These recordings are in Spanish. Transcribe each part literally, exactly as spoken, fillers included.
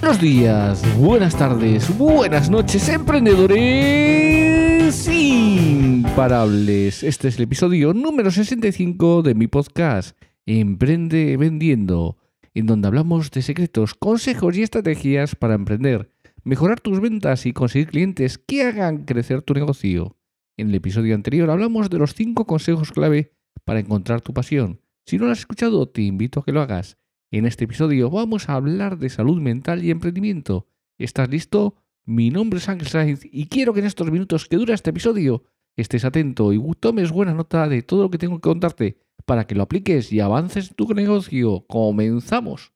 Buenos días, buenas tardes, buenas noches, emprendedores imparables. Este es el episodio número sesenta y cinco de mi podcast Emprende Vendiendo, en donde hablamos de secretos, consejos y estrategias para emprender, mejorar tus ventas y conseguir clientes que hagan crecer tu negocio. En el episodio anterior hablamos de los cinco consejos clave para encontrar tu pasión. Si no lo has escuchado, te invito a que lo hagas. En este episodio vamos a hablar de salud mental y emprendimiento. ¿Estás listo? Mi nombre es Ángel Sainz y quiero que en estos minutos que dura este episodio estés atento y tomes buena nota de todo lo que tengo que contarte para que lo apliques y avances en tu negocio. ¡Comenzamos!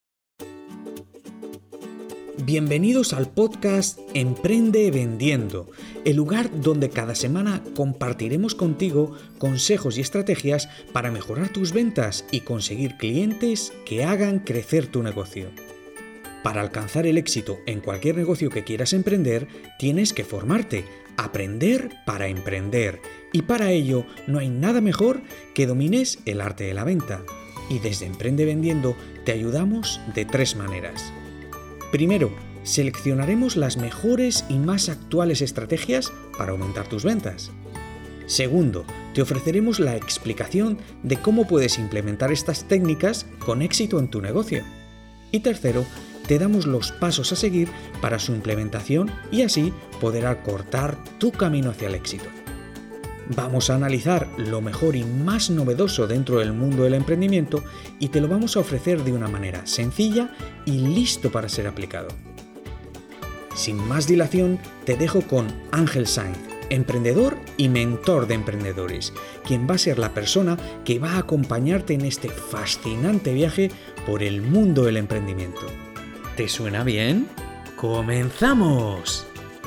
Bienvenidos al podcast Emprende Vendiendo, el lugar donde cada semana compartiremos contigo consejos y estrategias para mejorar tus ventas y conseguir clientes que hagan crecer tu negocio. Para alcanzar el éxito en cualquier negocio que quieras emprender, tienes que formarte, aprender para emprender, y para ello no hay nada mejor que domines el arte de la venta. Y desde Emprende Vendiendo te ayudamos de tres maneras. Primero, seleccionaremos las mejores y más actuales estrategias para aumentar tus ventas. Segundo, te ofreceremos la explicación de cómo puedes implementar estas técnicas con éxito en tu negocio. Y tercero, te damos los pasos a seguir para su implementación y así poder acortar tu camino hacia el éxito. Vamos a analizar lo mejor y más novedoso dentro del mundo del emprendimiento y te lo vamos a ofrecer de una manera sencilla y listo para ser aplicado. Sin más dilación, te dejo con Ángel Sainz, emprendedor y mentor de emprendedores, quien va a ser la persona que va a acompañarte en este fascinante viaje por el mundo del emprendimiento. ¿Te suena bien? ¡Comenzamos!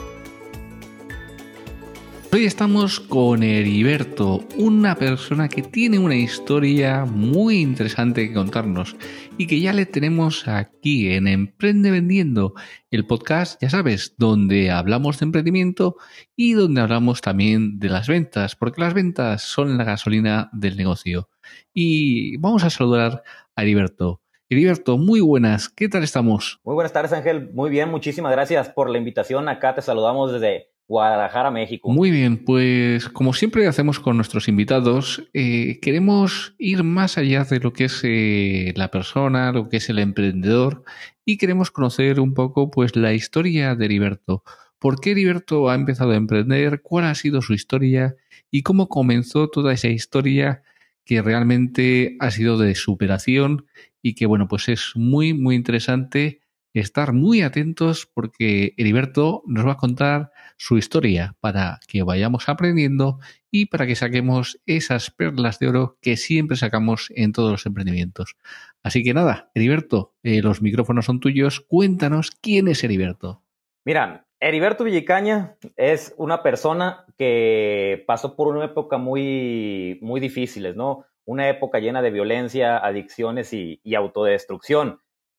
Hoy estamos con Heriberto, una persona que tiene una historia muy interesante que contarnos y que ya le tenemos aquí en Emprende Vendiendo, el podcast, ya sabes, donde hablamos de emprendimiento y donde hablamos también de las ventas, porque las ventas son la gasolina del negocio. Y vamos a saludar a Heriberto. Heriberto, muy buenas, ¿qué tal estamos? Muy buenas tardes, Ángel. Muy bien, muchísimas gracias por la invitación. Acá te saludamos desde Guadalajara, México. Muy bien, pues como siempre hacemos con nuestros invitados, eh, queremos ir más allá de lo que es eh, la persona, lo que es el emprendedor, y queremos conocer un poco pues la historia de Heriberto. ¿Por qué Heriberto ha empezado a emprender? ¿Cuál ha sido su historia? ¿Y cómo comenzó toda esa historia que realmente ha sido de superación y que, bueno, pues es muy, muy interesante estar muy atentos porque Heriberto nos va a contar su historia para que vayamos aprendiendo y para que saquemos esas perlas de oro que siempre sacamos en todos los emprendimientos. Así que nada, Heriberto, eh, los micrófonos son tuyos. Cuéntanos quién es Heriberto. Mira, Heriberto Villicaña es una persona que pasó por una época muy, muy difícil, ¿no? Una época llena de violencia, adicciones y, y autodestrucción.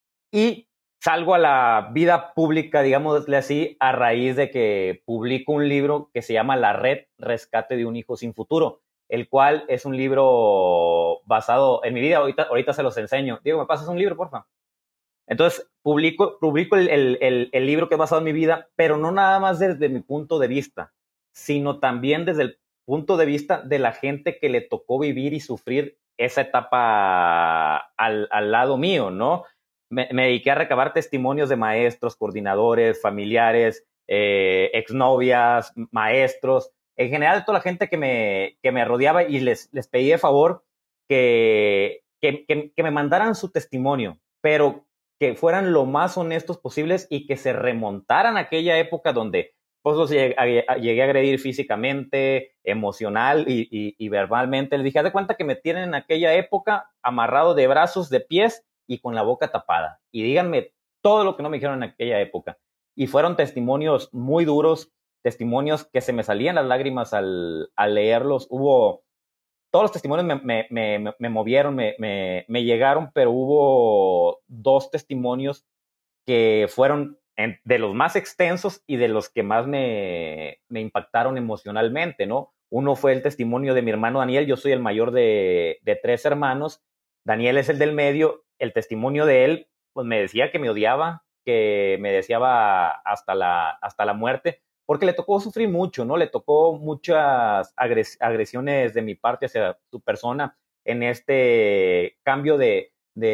Y salgo a la vida pública, digámosle así, a raíz de que publico un libro que se llama La Red Rescate de un Hijo Sin Futuro, el cual es un libro basado en mi vida. Ahorita, ahorita se los enseño. Diego, ¿me pasas un libro, porfa? Entonces, publico, publico el, el, el, el libro que es basado en mi vida, pero no nada más desde mi punto de vista, sino también desde el punto de vista de la gente que le tocó vivir y sufrir esa etapa al, al lado mío, ¿no? Me, me dediqué a recabar testimonios de maestros, coordinadores, familiares, eh, exnovias, maestros, en general toda la gente que me, que me rodeaba, y les, les pedí de favor que, que, que, que me mandaran su testimonio, pero que fueran lo más honestos posibles y que se remontaran a aquella época donde pues, los llegué, a, llegué a agredir físicamente, emocional y, y, y verbalmente. Les dije, haz de cuenta que me tienen en aquella época amarrado de brazos, de pies y con la boca tapada. Y díganme todo lo que no me dijeron en aquella época. Y fueron testimonios muy duros, testimonios que se me salían las lágrimas al, al leerlos. Hubo, todos los testimonios me, me, me, me movieron, me, me, me llegaron, pero hubo dos testimonios que fueron en, de los más extensos y de los que más me, me impactaron emocionalmente, ¿no? Uno fue el testimonio de mi hermano Daniel. Yo soy el mayor de, de tres hermanos. Daniel es el del medio. El testimonio de él, pues me decía que me odiaba, que me deseaba hasta la, hasta la muerte, porque le tocó sufrir mucho, ¿no? Le tocó muchas agres- agresiones de mi parte hacia su persona en este cambio de,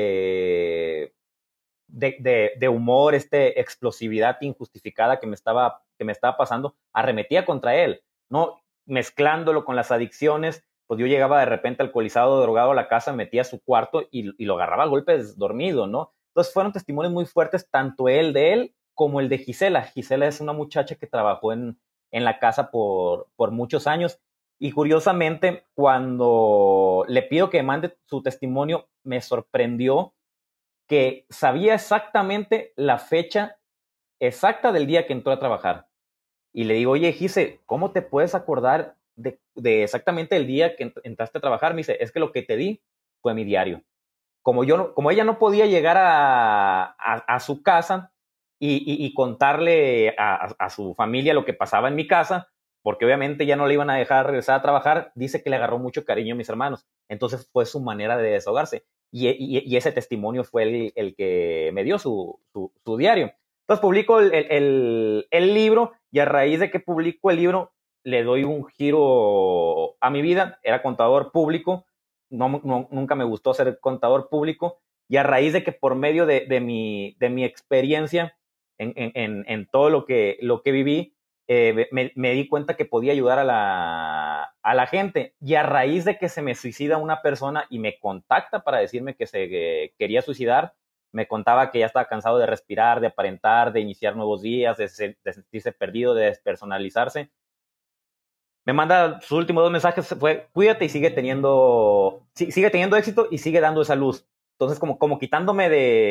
de, de, de, de humor, este explosividad injustificada que me estaba, que me estaba pasando, arremetía contra él, ¿no? Mezclándolo con las adicciones, pues yo llegaba de repente alcoholizado, drogado a la casa, me metía a su cuarto y, y lo agarraba a golpes dormido, ¿no? Entonces fueron testimonios muy fuertes, tanto el de él como el de Gisela. Gisela es una muchacha que trabajó en, en la casa por, por muchos años y curiosamente cuando le pido que mande su testimonio me sorprendió que sabía exactamente la fecha exacta del día que entró a trabajar. Y le digo, oye, Gise, ¿cómo te puedes acordar de, de exactamente el día que entraste a trabajar? Me dice, es que lo que te di fue mi diario. Como, yo, como ella no podía llegar a, a, a su casa y, y, y contarle a, a su familia lo que pasaba en mi casa, porque obviamente ya no le iban a dejar regresar a trabajar, dice que le agarró mucho cariño a mis hermanos. Entonces fue su manera de desahogarse. Y, y, y ese testimonio fue el, el que me dio su, su, su diario. Entonces publico el, el, el libro y a raíz de que publico el libro le doy un giro a mi vida. Era contador público, no, no, nunca me gustó ser contador público y a raíz de que por medio de, de, mi, de mi experiencia en, en, en todo lo que, lo que viví, eh, me, me di cuenta que podía ayudar a la, a la gente y a raíz de que se me suicida una persona y me contacta para decirme que se que quería suicidar, me contaba que ya estaba cansado de respirar, de aparentar, de iniciar nuevos días, de, se, de sentirse perdido, de despersonalizarse. Me manda sus últimos dos mensajes, fue, cuídate y sigue teniendo, sigue teniendo éxito y sigue dando esa luz. Entonces, como, como quitándome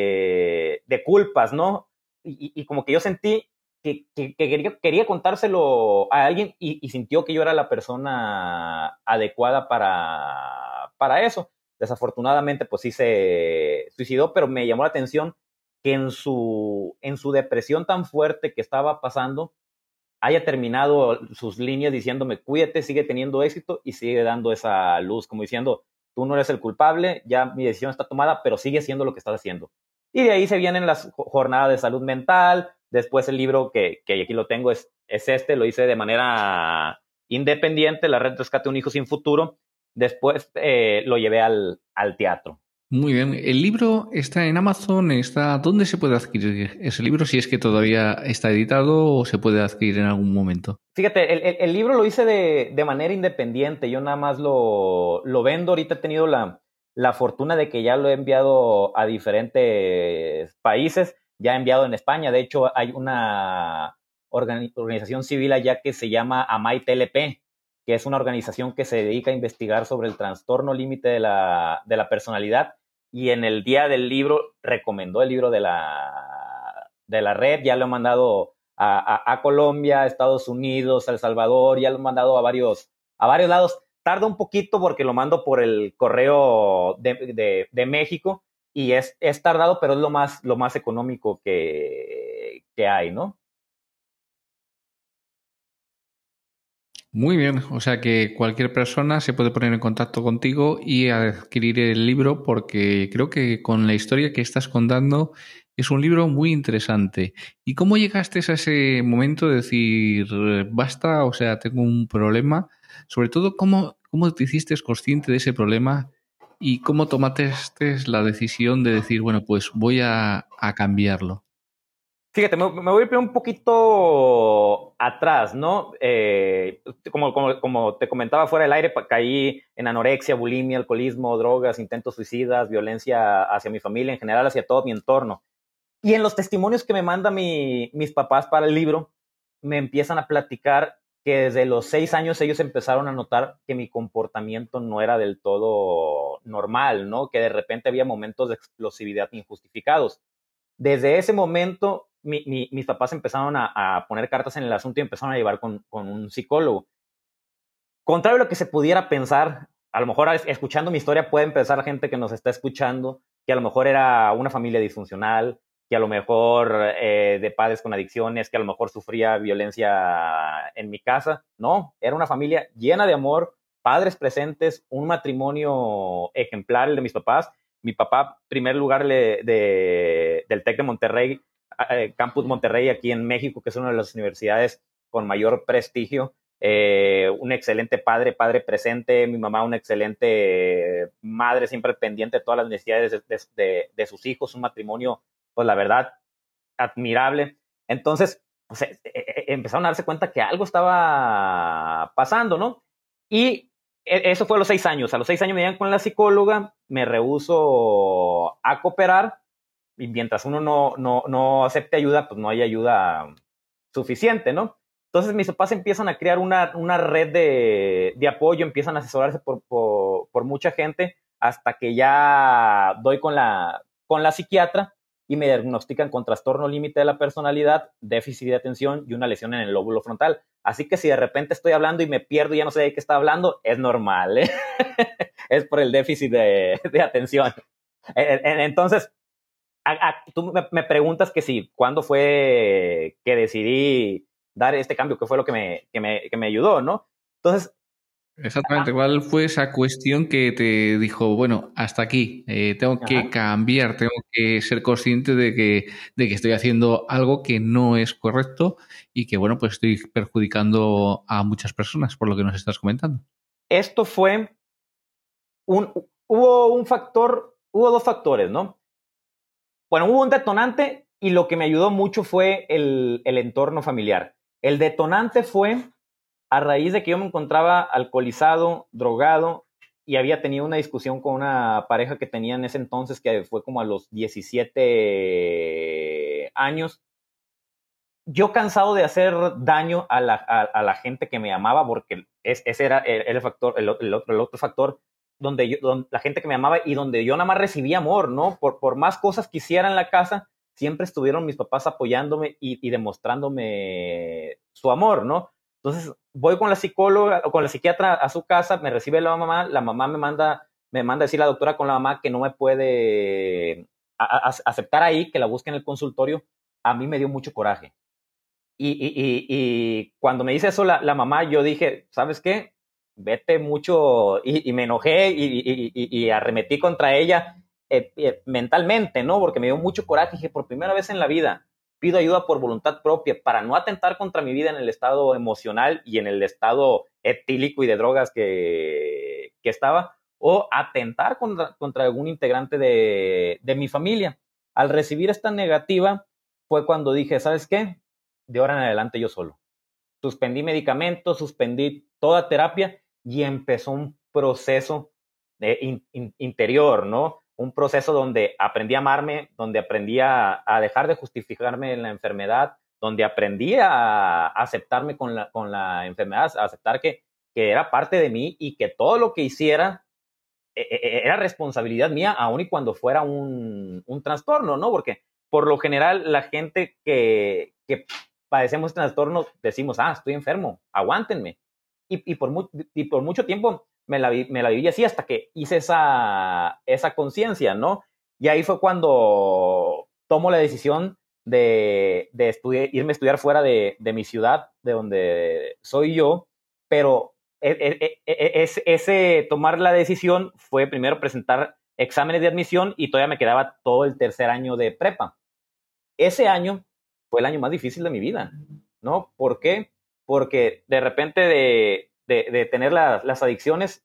de, de culpas, ¿no? Y, y, y como que yo sentí que, que, que quería, quería contárselo a alguien y, y sintió que yo era la persona adecuada para, para eso. Desafortunadamente, pues sí se suicidó, pero me llamó la atención que en su, en su depresión tan fuerte que estaba pasando, haya terminado sus líneas diciéndome, cuídate, sigue teniendo éxito y sigue dando esa luz, como diciendo, tú no eres el culpable, ya mi decisión está tomada, pero sigue haciendo lo que estás haciendo. Y de ahí se vienen las jornadas de salud mental. Después el libro que, que aquí lo tengo es, es este, lo hice de manera independiente, La Red Rescate un Hijo Sin Futuro. Después eh, lo llevé al, al teatro. Muy bien. ¿El libro está en Amazon? Está... ¿Dónde se puede adquirir ese libro? Si es que todavía está editado o se puede adquirir en algún momento. Fíjate, el, el, el libro lo hice de, de manera independiente. Yo nada más lo, lo vendo. Ahorita he tenido la, la fortuna de que ya lo he enviado a diferentes países. Ya he enviado en España. De hecho, hay una organi- organización civil allá que se llama AMAI T L P, que es una organización que se dedica a investigar sobre el trastorno límite de la, de la personalidad. Y en el día del libro recomendó el libro de la, de la red. Ya lo he mandado a, a, a Colombia, a Estados Unidos, a El Salvador. Ya lo he mandado a varios, a varios lados. Tarda un poquito porque lo mando por el correo de, de, de México y es, es tardado, pero es lo más, lo más económico que, que hay, ¿no? Muy bien, o sea que cualquier persona se puede poner en contacto contigo y adquirir el libro porque creo que con la historia que estás contando es un libro muy interesante. ¿Y cómo llegaste a ese momento de decir, basta, o sea, tengo un problema? Sobre todo, ¿cómo, cómo te hiciste consciente de ese problema y cómo tomaste la decisión de decir, bueno, pues voy a, a cambiarlo? Fíjate, me, me voy a ir un poquito atrás, ¿no? Eh, como, como, como te comentaba fuera del aire, caí en anorexia, bulimia, alcoholismo, drogas, intentos suicidas, violencia hacia mi familia, en general hacia todo mi entorno. Y en los testimonios que me mandan mi, mis papás para el libro, me empiezan a platicar que desde los seis años ellos empezaron a notar que mi comportamiento no era del todo normal, ¿no? Que de repente había momentos de explosividad injustificados. Desde ese momento, mi, mi, mis papás empezaron a, a, poner cartas en el asunto y empezaron a llevar con, con un psicólogo. Contrario a lo que se pudiera pensar, a lo mejor escuchando mi historia pueden pensar la gente que nos está escuchando que a lo mejor era una familia disfuncional, que a lo mejor eh, de padres con adicciones, que a lo mejor sufría violencia en mi casa. No, era una familia llena de amor, padres presentes, un matrimonio ejemplar el de mis papás. Mi papá, primer lugar de, de, del TEC de Monterrey, eh, Campus Monterrey aquí en México, que es una de las universidades con mayor prestigio. Eh, un excelente padre, padre presente, mi mamá una excelente madre, siempre pendiente de todas las necesidades de, de, de, de sus hijos, un matrimonio, pues la verdad, admirable. Entonces, pues, eh, eh, empezaron a darse cuenta que algo estaba pasando, ¿no? Y eso fue a los seis años. A los seis años me llegan con la psicóloga, me rehúso a cooperar, y mientras uno no, no, no acepte ayuda, pues no hay ayuda suficiente, ¿no? Entonces mis papás empiezan a crear una, una red de, de apoyo, empiezan a asesorarse por, por, por mucha gente, hasta que ya doy con la, con la psiquiatra y me diagnostican con trastorno límite de la personalidad, déficit de atención y una lesión en el lóbulo frontal. Así que si de repente estoy hablando y me pierdo y ya no sé de qué está hablando, es normal, ¿eh? Es por el déficit de, de atención. Entonces, a, a, tú me, me preguntas que si, ¿cuándo fue que decidí dar este cambio? ¿Qué fue lo que me, que me, que me ayudó, no? Entonces... Exactamente, ¿cuál fue esa cuestión que te dijo, bueno, hasta aquí, eh, tengo que Ajá. cambiar, tengo que ser consciente de que, de que estoy haciendo algo que no es correcto y que, bueno, pues estoy perjudicando a muchas personas, por lo que nos estás comentando? Esto fue, un, hubo un factor, hubo dos factores, ¿no? Bueno, hubo un detonante y lo que me ayudó mucho fue el, el entorno familiar. El detonante fue a raíz de que yo me encontraba alcoholizado, drogado, y había tenido una discusión con una pareja que tenía en ese entonces, que fue como a los diecisiete años. Yo cansado de hacer daño a la, a, a la gente que me amaba, porque es, ese era el, el factor, el, el, otro, el otro factor, donde, yo, donde la gente que me amaba y donde yo nada más recibía amor, ¿no? Por, por más cosas que hiciera en la casa, siempre estuvieron mis papás apoyándome y, y demostrándome su amor, ¿no? Entonces voy con la psicóloga o con la psiquiatra a su casa, me recibe la mamá, la mamá me manda, me manda a decir la doctora con la mamá que no me puede a, a, aceptar ahí, que la busque en el consultorio. A mí me dio mucho coraje. Y, y, y, y cuando me dice eso la, la mamá, yo dije, ¿sabes qué? Vete mucho, y, y me enojé y, y, y, y arremetí contra ella eh, eh, mentalmente, ¿no? Porque me dio mucho coraje. Dije, por primera vez en la vida, pido ayuda por voluntad propia para no atentar contra mi vida en el estado emocional y en el estado etílico y de drogas que, que estaba, o atentar contra, contra algún integrante de, de mi familia. Al recibir esta negativa, fue cuando dije, ¿sabes qué? De ahora en adelante yo solo. Suspendí medicamentos, suspendí toda terapia y empezó un proceso de in, in, interior, ¿no? Un proceso donde aprendí a amarme, donde aprendí a, a dejar de justificarme en la enfermedad, donde aprendí a, a aceptarme con la, con la enfermedad, a aceptar que, que era parte de mí y que todo lo que hiciera eh, era responsabilidad mía, aun y cuando fuera un, un trastorno, ¿no? Porque por lo general la gente que, que padecemos trastornos decimos, ah, estoy enfermo, aguántenme. Y, y, por, mu y por mucho tiempo me la, vi, me la viví así hasta que hice esa, esa conciencia, ¿no? Y ahí fue cuando tomo la decisión de, de estudiar, irme a estudiar fuera de, de mi ciudad, de donde soy yo, pero ese, ese tomar la decisión fue primero presentar exámenes de admisión y todavía me quedaba todo el tercer año de prepa. Ese año fue el año más difícil de mi vida, ¿no? ¿Por qué? Porque de repente de, de, de tener la, las adicciones,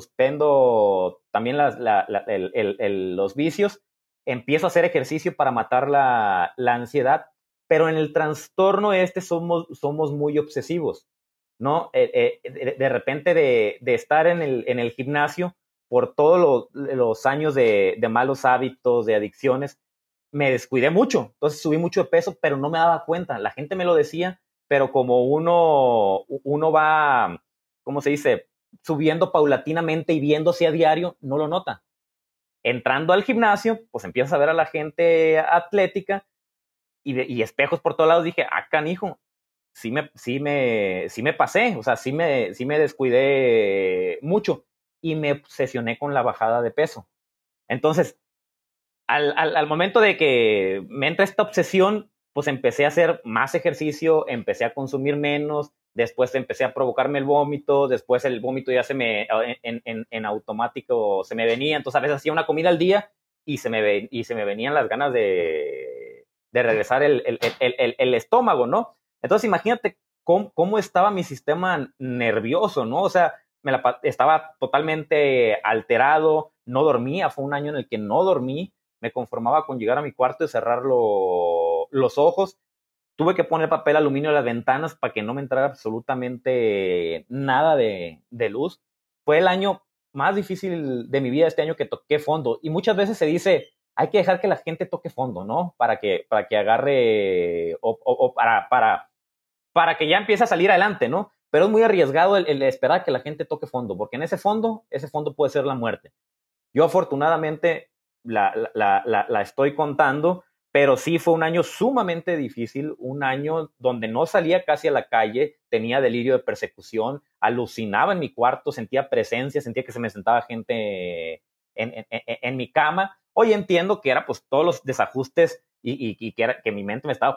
suspendo también las, la, la, el, el, el, los vicios, empiezo a hacer ejercicio para matar la, la ansiedad, pero en el trastorno este somos, somos muy obsesivos, ¿no? Eh, eh, de repente de, de estar en el, en el gimnasio por todos los, los años de, de malos hábitos, de adicciones, me descuidé mucho, entonces subí mucho de peso, pero no me daba cuenta, la gente me lo decía, pero como uno, uno va, ¿cómo se dice?, subiendo paulatinamente y viéndose a diario, no lo nota. Entrando al gimnasio, pues empiezas a ver a la gente atlética y, de, y espejos por todos lados, dije, ah, canijo, sí me, sí me, sí me pasé, o sea, sí me, sí me descuidé mucho y me obsesioné con la bajada de peso. Entonces, Al, al, al momento de que me entra esta obsesión, pues empecé a hacer más ejercicio, empecé a consumir menos, después empecé a provocarme el vómito, después el vómito ya se me, en, en, en automático se me venía, entonces a veces hacía una comida al día y se me, y se me venían las ganas de, de regresar el, el, el, el, el estómago, ¿no? Entonces imagínate cómo, cómo estaba mi sistema nervioso, ¿no? O sea, me la, estaba totalmente alterado, no dormía, fue un año en el que no dormí, me conformaba con llegar a mi cuarto y cerrar lo, los ojos. Tuve que poner papel aluminio en las ventanas para que no me entrara absolutamente nada de, de luz. Fue el año más difícil de mi vida, este año que toqué fondo. Y muchas veces se dice, hay que dejar que la gente toque fondo, ¿no? Para que, para que agarre o, o, o para, para, para que ya empiece a salir adelante, ¿no? Pero es muy arriesgado el, el esperar que la gente toque fondo, porque en ese fondo, ese fondo puede ser la muerte. Yo afortunadamente la, la, la, la estoy contando, pero sí fue un año sumamente difícil, un año donde no salía casi a la calle, tenía delirio de persecución, alucinaba en mi cuarto, sentía presencia, sentía que se me sentaba gente en, en, en, en mi cama. Hoy entiendo que era pues todos los desajustes y, y, y que, era, que mi mente me estaba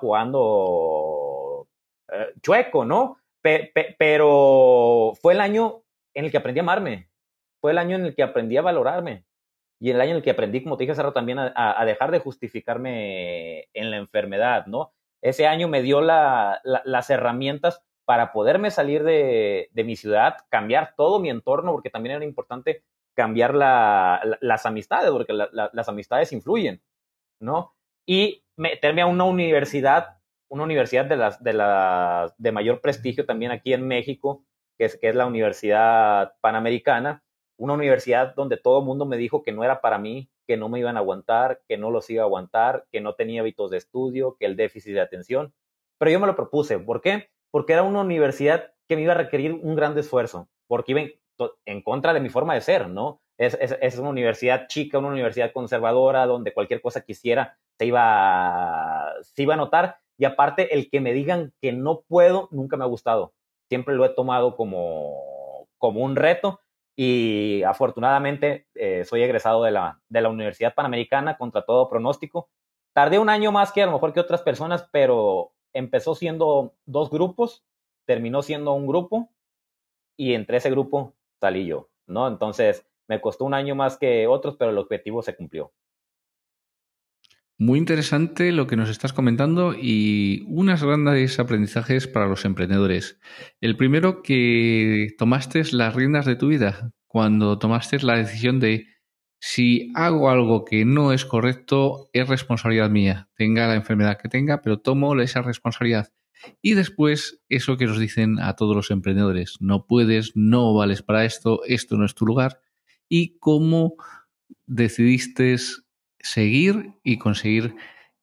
jugando eh, chueco, ¿no? Pe, pe, pero fue el año en el que aprendí a amarme, fue el año en el que aprendí a valorarme. Y el año en el que aprendí, como te dije hace rato, también a, a dejar de justificarme en la enfermedad, ¿no? Ese año me dio la, la, las herramientas para poderme salir de, de mi ciudad, cambiar todo mi entorno, porque también era importante cambiar la, la, las amistades, porque la, la, las amistades influyen, ¿no? Y meterme a una universidad, una universidad de, las, de, las, de mayor prestigio también aquí en México, que es, que es la Universidad Panamericana, una universidad donde todo el mundo me dijo que no era para mí, que no me iban a aguantar, que no los iba a aguantar, que no tenía hábitos de estudio, que el déficit de atención. Pero yo me lo propuse. ¿Por qué? Porque era una universidad que me iba a requerir un gran esfuerzo, porque iba en, en contra de mi forma de ser, ¿no? Es, es, es una universidad chica, una universidad conservadora, donde cualquier cosa que hiciera se iba, se iba a notar. Y aparte, el que me digan que no puedo, nunca me ha gustado. Siempre lo he tomado como, como un reto. Y afortunadamente eh, soy egresado de la, de la Universidad Panamericana contra todo pronóstico. Tardé un año más que a lo mejor que otras personas, pero empezó siendo dos grupos, terminó siendo un grupo y entre ese grupo salí yo, ¿no? Entonces me costó un año más que otros, pero el objetivo se cumplió. Muy interesante lo que nos estás comentando y unos grandes aprendizajes para los emprendedores. El primero, que tomaste las riendas de tu vida, cuando tomaste la decisión de si hago algo que no es correcto, es responsabilidad mía, tenga la enfermedad que tenga, pero tomo esa responsabilidad. Y después, eso que nos dicen a todos los emprendedores, no puedes, no vales para esto, esto no es tu lugar, y cómo decidiste seguir y conseguir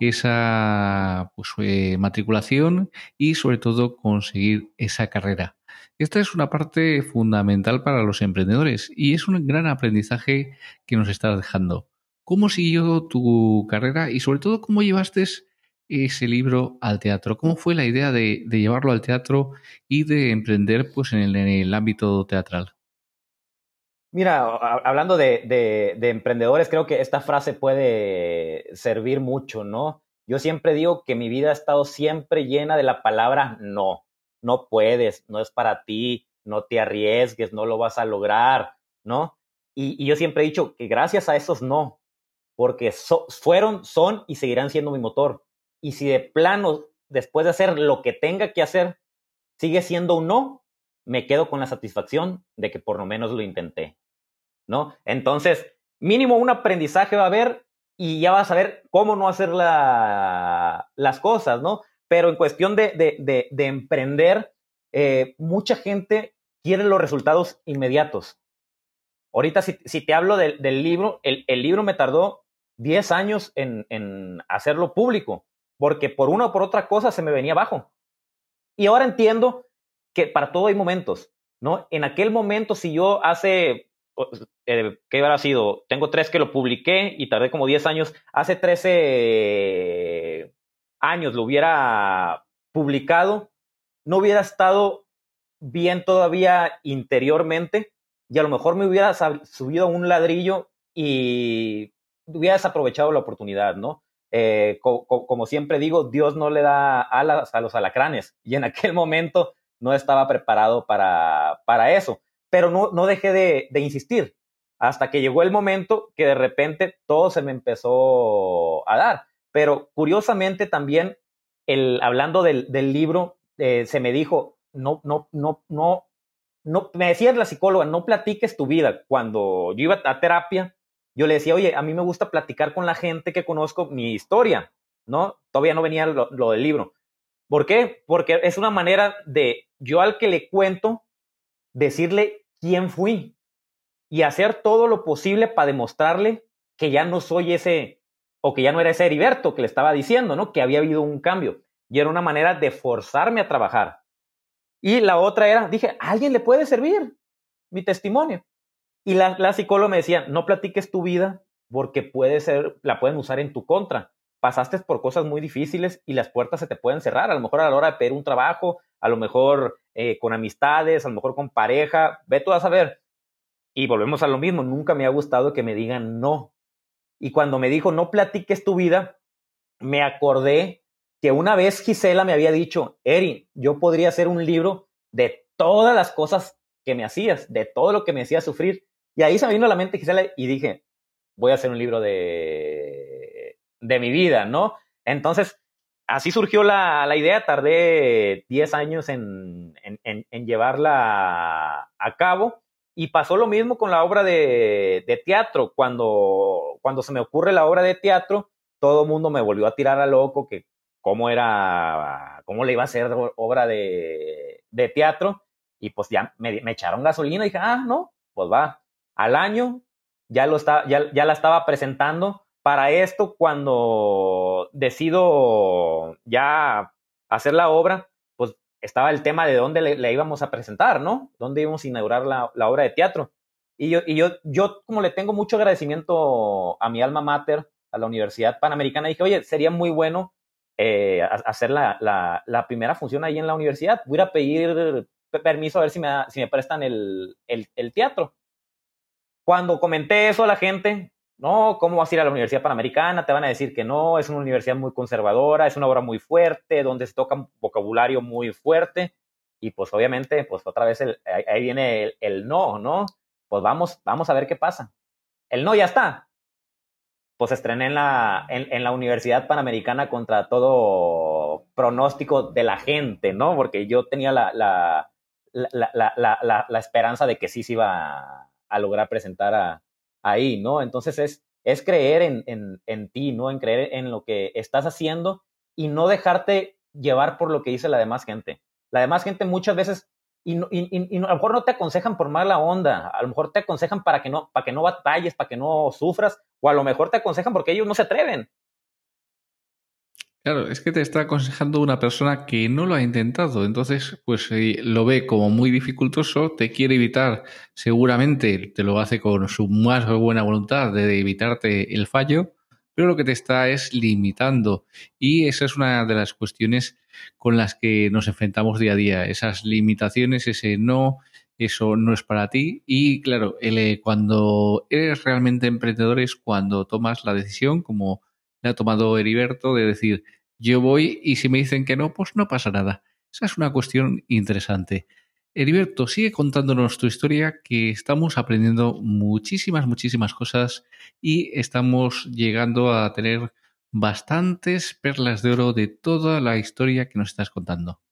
esa pues, eh, matriculación y sobre todo conseguir esa carrera. Esta es una parte fundamental para los emprendedores y es un gran aprendizaje que nos estás dejando. ¿Cómo siguió tu carrera y sobre todo cómo llevaste ese libro al teatro? ¿Cómo fue la idea de, de llevarlo al teatro y de emprender pues, en, el, en el ámbito teatral? Mira, hablando de, de, de emprendedores, creo que esta frase puede servir mucho, ¿no? Yo siempre digo que mi vida ha estado siempre llena de la palabra no. No puedes, no es para ti, no te arriesgues, no lo vas a lograr, ¿no? Y, y yo siempre he dicho que gracias a esos no, porque so, fueron, son y seguirán siendo mi motor. Y si de plano, después de hacer lo que tenga que hacer, sigue siendo un no, me quedo con la satisfacción de que por lo menos lo intenté, ¿no? Entonces, mínimo un aprendizaje va a haber y ya vas a ver cómo no hacer la, las cosas, ¿no? Pero en cuestión de, de, de, de emprender, eh, mucha gente quiere los resultados inmediatos. Ahorita, si, si te hablo de, del libro, el, el libro me tardó diez años en, en hacerlo público, porque por una o por otra cosa se me venía abajo. Y ahora entiendo que para todo hay momentos, ¿no? En aquel momento, si yo hace, eh, ¿qué habrá sido? Tengo tres que lo publiqué y tardé como diez años. Hace trece años lo hubiera publicado, no hubiera estado bien todavía interiormente y a lo mejor me hubiera subido a un ladrillo y hubiera desaprovechado la oportunidad, ¿no? Eh, co co como siempre digo, Dios no le da alas a los alacranes y en aquel momento no estaba preparado para, para eso, pero no, no dejé de, de insistir hasta que llegó el momento que de repente todo se me empezó a dar. Pero curiosamente también, el, hablando del, del libro, eh, se me dijo, no, no, no, no, no, me decía la psicóloga, no platiques tu vida. Cuando yo iba a terapia, yo le decía, oye, a mí me gusta platicar con la gente que conozco mi historia, ¿no? Todavía no venía lo, lo del libro. ¿Por qué? Porque es una manera de yo al que le cuento, decirle quién fui y hacer todo lo posible para demostrarle que ya no soy ese, o que ya no era ese Heriberto que le estaba diciendo, ¿no? Que había habido un cambio. Y era una manera de forzarme a trabajar. Y la otra era, dije, ¿a alguien le puede servir mi testimonio? Y la, la psicóloga me decía, no platiques tu vida porque puede ser, la pueden usar en tu contra. Pasaste por cosas muy difíciles y las puertas se te pueden cerrar. A lo mejor a la hora de pedir un trabajo, a lo mejor eh, con amistades, a lo mejor con pareja. Ve tú a saber. Y volvemos a lo mismo. Nunca me ha gustado que me digan no. Y cuando me dijo, no platiques tu vida, me acordé que una vez Gisela me había dicho, Eri, yo podría hacer un libro de todas las cosas que me hacías, de todo lo que me hacía sufrir. Y ahí se me vino a la mente Gisela y dije, voy a hacer un libro de, de mi vida, ¿no? Entonces, así surgió la, la idea. Tardé diez años en, en, en, en llevarla a cabo. Y pasó lo mismo con la obra de, de teatro. Cuando, cuando se me ocurre la obra de teatro, todo el mundo me volvió a tirar a loco, que cómo era, cómo le iba a hacer obra de, de teatro. Y pues ya me, me echaron gasolina y dije, ah, no, pues va. Al año ya, lo está, ya, ya la estaba presentando. Para esto, cuando decido ya hacer la obra, pues estaba el tema de dónde le, le íbamos a presentar, ¿no? Dónde íbamos a inaugurar la, la obra de teatro. Y yo, y yo, yo, como le tengo mucho agradecimiento a mi alma mater, a la Universidad Panamericana, dije, oye, sería muy bueno eh, hacer la, la, la primera función ahí en la universidad. Voy a ir a pedir permiso a ver si me, da, si me prestan el, el, el teatro. Cuando comenté eso a la gente, no, ¿cómo vas a ir a la Universidad Panamericana? Te van a decir que no, es una universidad muy conservadora, es una obra muy fuerte, donde se toca un vocabulario muy fuerte. Y pues obviamente, pues otra vez el, ahí, ahí viene el, el no, ¿no? Pues vamos, vamos a ver qué pasa. El no ya está. Pues estrené en la, en, en la Universidad Panamericana contra todo pronóstico de la gente, ¿no? Porque yo tenía la, la, la, la, la, la, la esperanza de que sí se iba a, a lograr presentar a, ahí, ¿no? Entonces es, es creer en, en, en ti, ¿no? En creer en lo que estás haciendo y no dejarte llevar por lo que dice la demás gente. La demás gente muchas veces, y, y, y, y a lo mejor no te aconsejan por mala onda, a lo mejor te aconsejan para que no, para que no batalles, para que no sufras, o a lo mejor te aconsejan porque ellos no se atreven. Claro, es que te está aconsejando una persona que no lo ha intentado, entonces pues eh, lo ve como muy dificultoso, te quiere evitar, seguramente te lo hace con su más buena voluntad de evitarte el fallo, pero lo que te está es limitando y esa es una de las cuestiones con las que nos enfrentamos día a día, esas limitaciones, ese no, eso no es para ti y claro, el, eh, cuando eres realmente emprendedor es cuando tomas la decisión como le ha tomado Heriberto de decir yo voy y si me dicen que no, pues no pasa nada. Esa es una cuestión interesante. Heriberto, sigue contándonos tu historia que estamos aprendiendo muchísimas, muchísimas cosas y estamos llegando a tener bastantes perlas de oro de toda la historia que nos estás contando.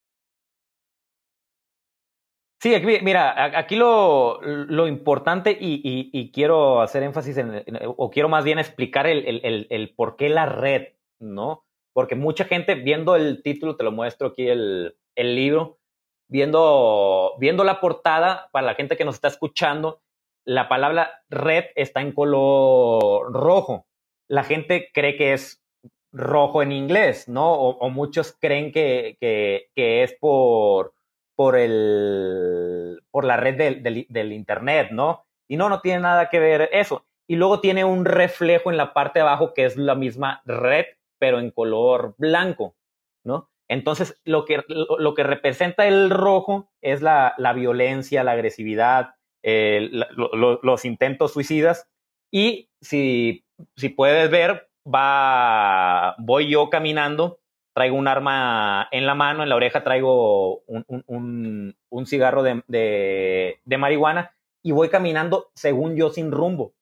Sí, aquí, mira, aquí lo, lo importante y, y, y quiero hacer énfasis en, en, o quiero más bien explicar el, el, el, el por qué la red, ¿no? Porque mucha gente, viendo el título, te lo muestro aquí el, el libro, viendo, viendo la portada, para la gente que nos está escuchando, la palabra red está en color rojo. La gente cree que es rojo en inglés, ¿no? O, o muchos creen que, que, que es por por el por la red del, del, del internet, ¿no? Y no, no tiene nada que ver eso. Y luego tiene un reflejo en la parte de abajo que es la misma red, pero en color blanco, ¿no? Entonces, lo que, lo, lo que representa el rojo es la, la violencia, la agresividad, eh, la, lo, los intentos suicidas. Y si, si puedes ver, va, voy yo caminando, traigo un arma en la mano, en la oreja traigo un, un, un, un cigarro de, de, de marihuana y voy caminando, según yo, sin rumbo.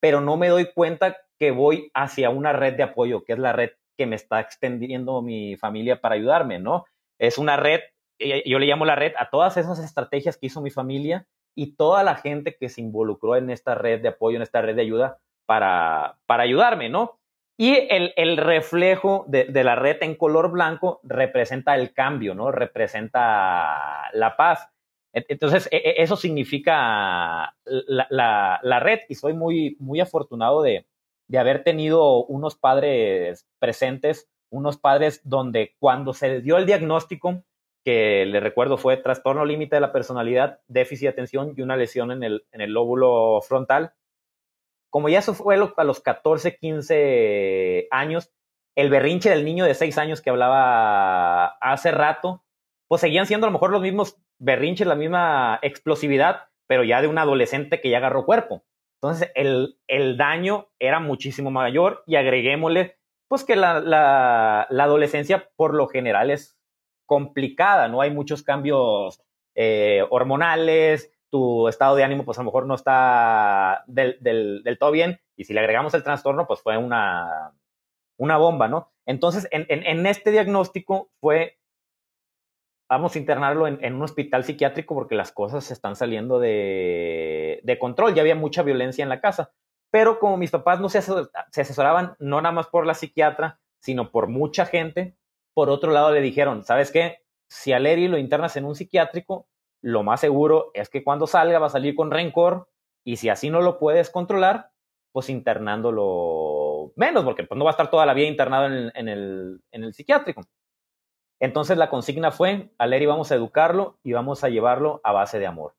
pero no me doy cuenta que voy hacia una red de apoyo, que es la red que me está extendiendo mi familia para ayudarme, ¿no? Es una red, yo le llamo la red a todas esas estrategias que hizo mi familia y toda la gente que se involucró en esta red de apoyo, en esta red de ayuda para, para ayudarme, ¿no? Y el, el reflejo de, de la red en color blanco representa el cambio, ¿no? Representa la paz. Entonces, eso significa la, la, la red, y soy muy, muy afortunado de, de haber tenido unos padres presentes, unos padres donde cuando se dio el diagnóstico, que le recuerdo fue trastorno límite de la personalidad, déficit de atención y una lesión en el, en el lóbulo frontal, como ya eso fue a los catorce, quince años, el berrinche del niño de seis años que hablaba hace rato, pues seguían siendo a lo mejor los mismos berrinches, la misma explosividad, pero ya de un adolescente que ya agarró cuerpo. Entonces, el, el daño era muchísimo mayor y agreguémosle, pues que la, la, la adolescencia por lo general es complicada, ¿no? Hay muchos cambios eh, hormonales, tu estado de ánimo pues a lo mejor no está del, del, del todo bien, y si le agregamos el trastorno, pues fue una, una bomba, ¿no? Entonces, en, en, en este diagnóstico fue, vamos a internarlo en, en un hospital psiquiátrico porque las cosas se están saliendo de, de control, ya había mucha violencia en la casa, pero como mis papás no se, asesor, se asesoraban no nada más por la psiquiatra, sino por mucha gente, por otro lado le dijeron, ¿sabes qué? Si a Leri lo internas en un psiquiátrico, lo más seguro es que cuando salga va a salir con rencor, y si así no lo puedes controlar, pues internándolo menos, porque pues no va a estar toda la vida internado en el, en el, en el psiquiátrico. Entonces la consigna fue, a Leri vamos a educarlo y vamos a llevarlo a base de amor.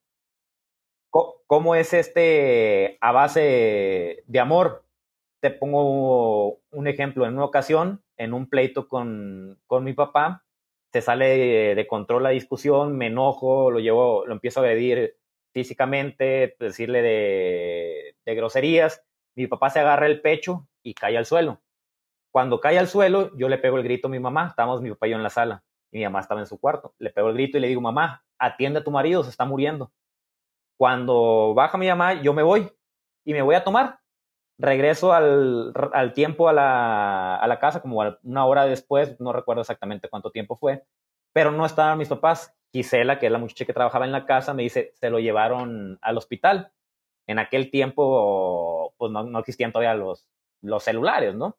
¿Cómo es este a base de amor? Te pongo un ejemplo. En una ocasión, en un pleito con, con mi papá, se sale de, de control la discusión, me enojo, lo llevo, lo empiezo a agredir físicamente, decirle de, de groserías. Mi papá se agarra el pecho y cae al suelo. Cuando cae al suelo, yo le pego el grito a mi mamá. Estábamos mi papá y yo en la sala, y mi mamá estaba en su cuarto. Le pego el grito y le digo, mamá, atiende a tu marido, se está muriendo. Cuando baja mi mamá, yo me voy y me voy a tomar. Regreso al, al tiempo a la, a la casa, como una hora después, no recuerdo exactamente cuánto tiempo fue, pero no estaban mis papás. Gisela, que es la muchacha que trabajaba en la casa, me dice, se lo llevaron al hospital. En aquel tiempo, pues no, no existían todavía los, los celulares, ¿no?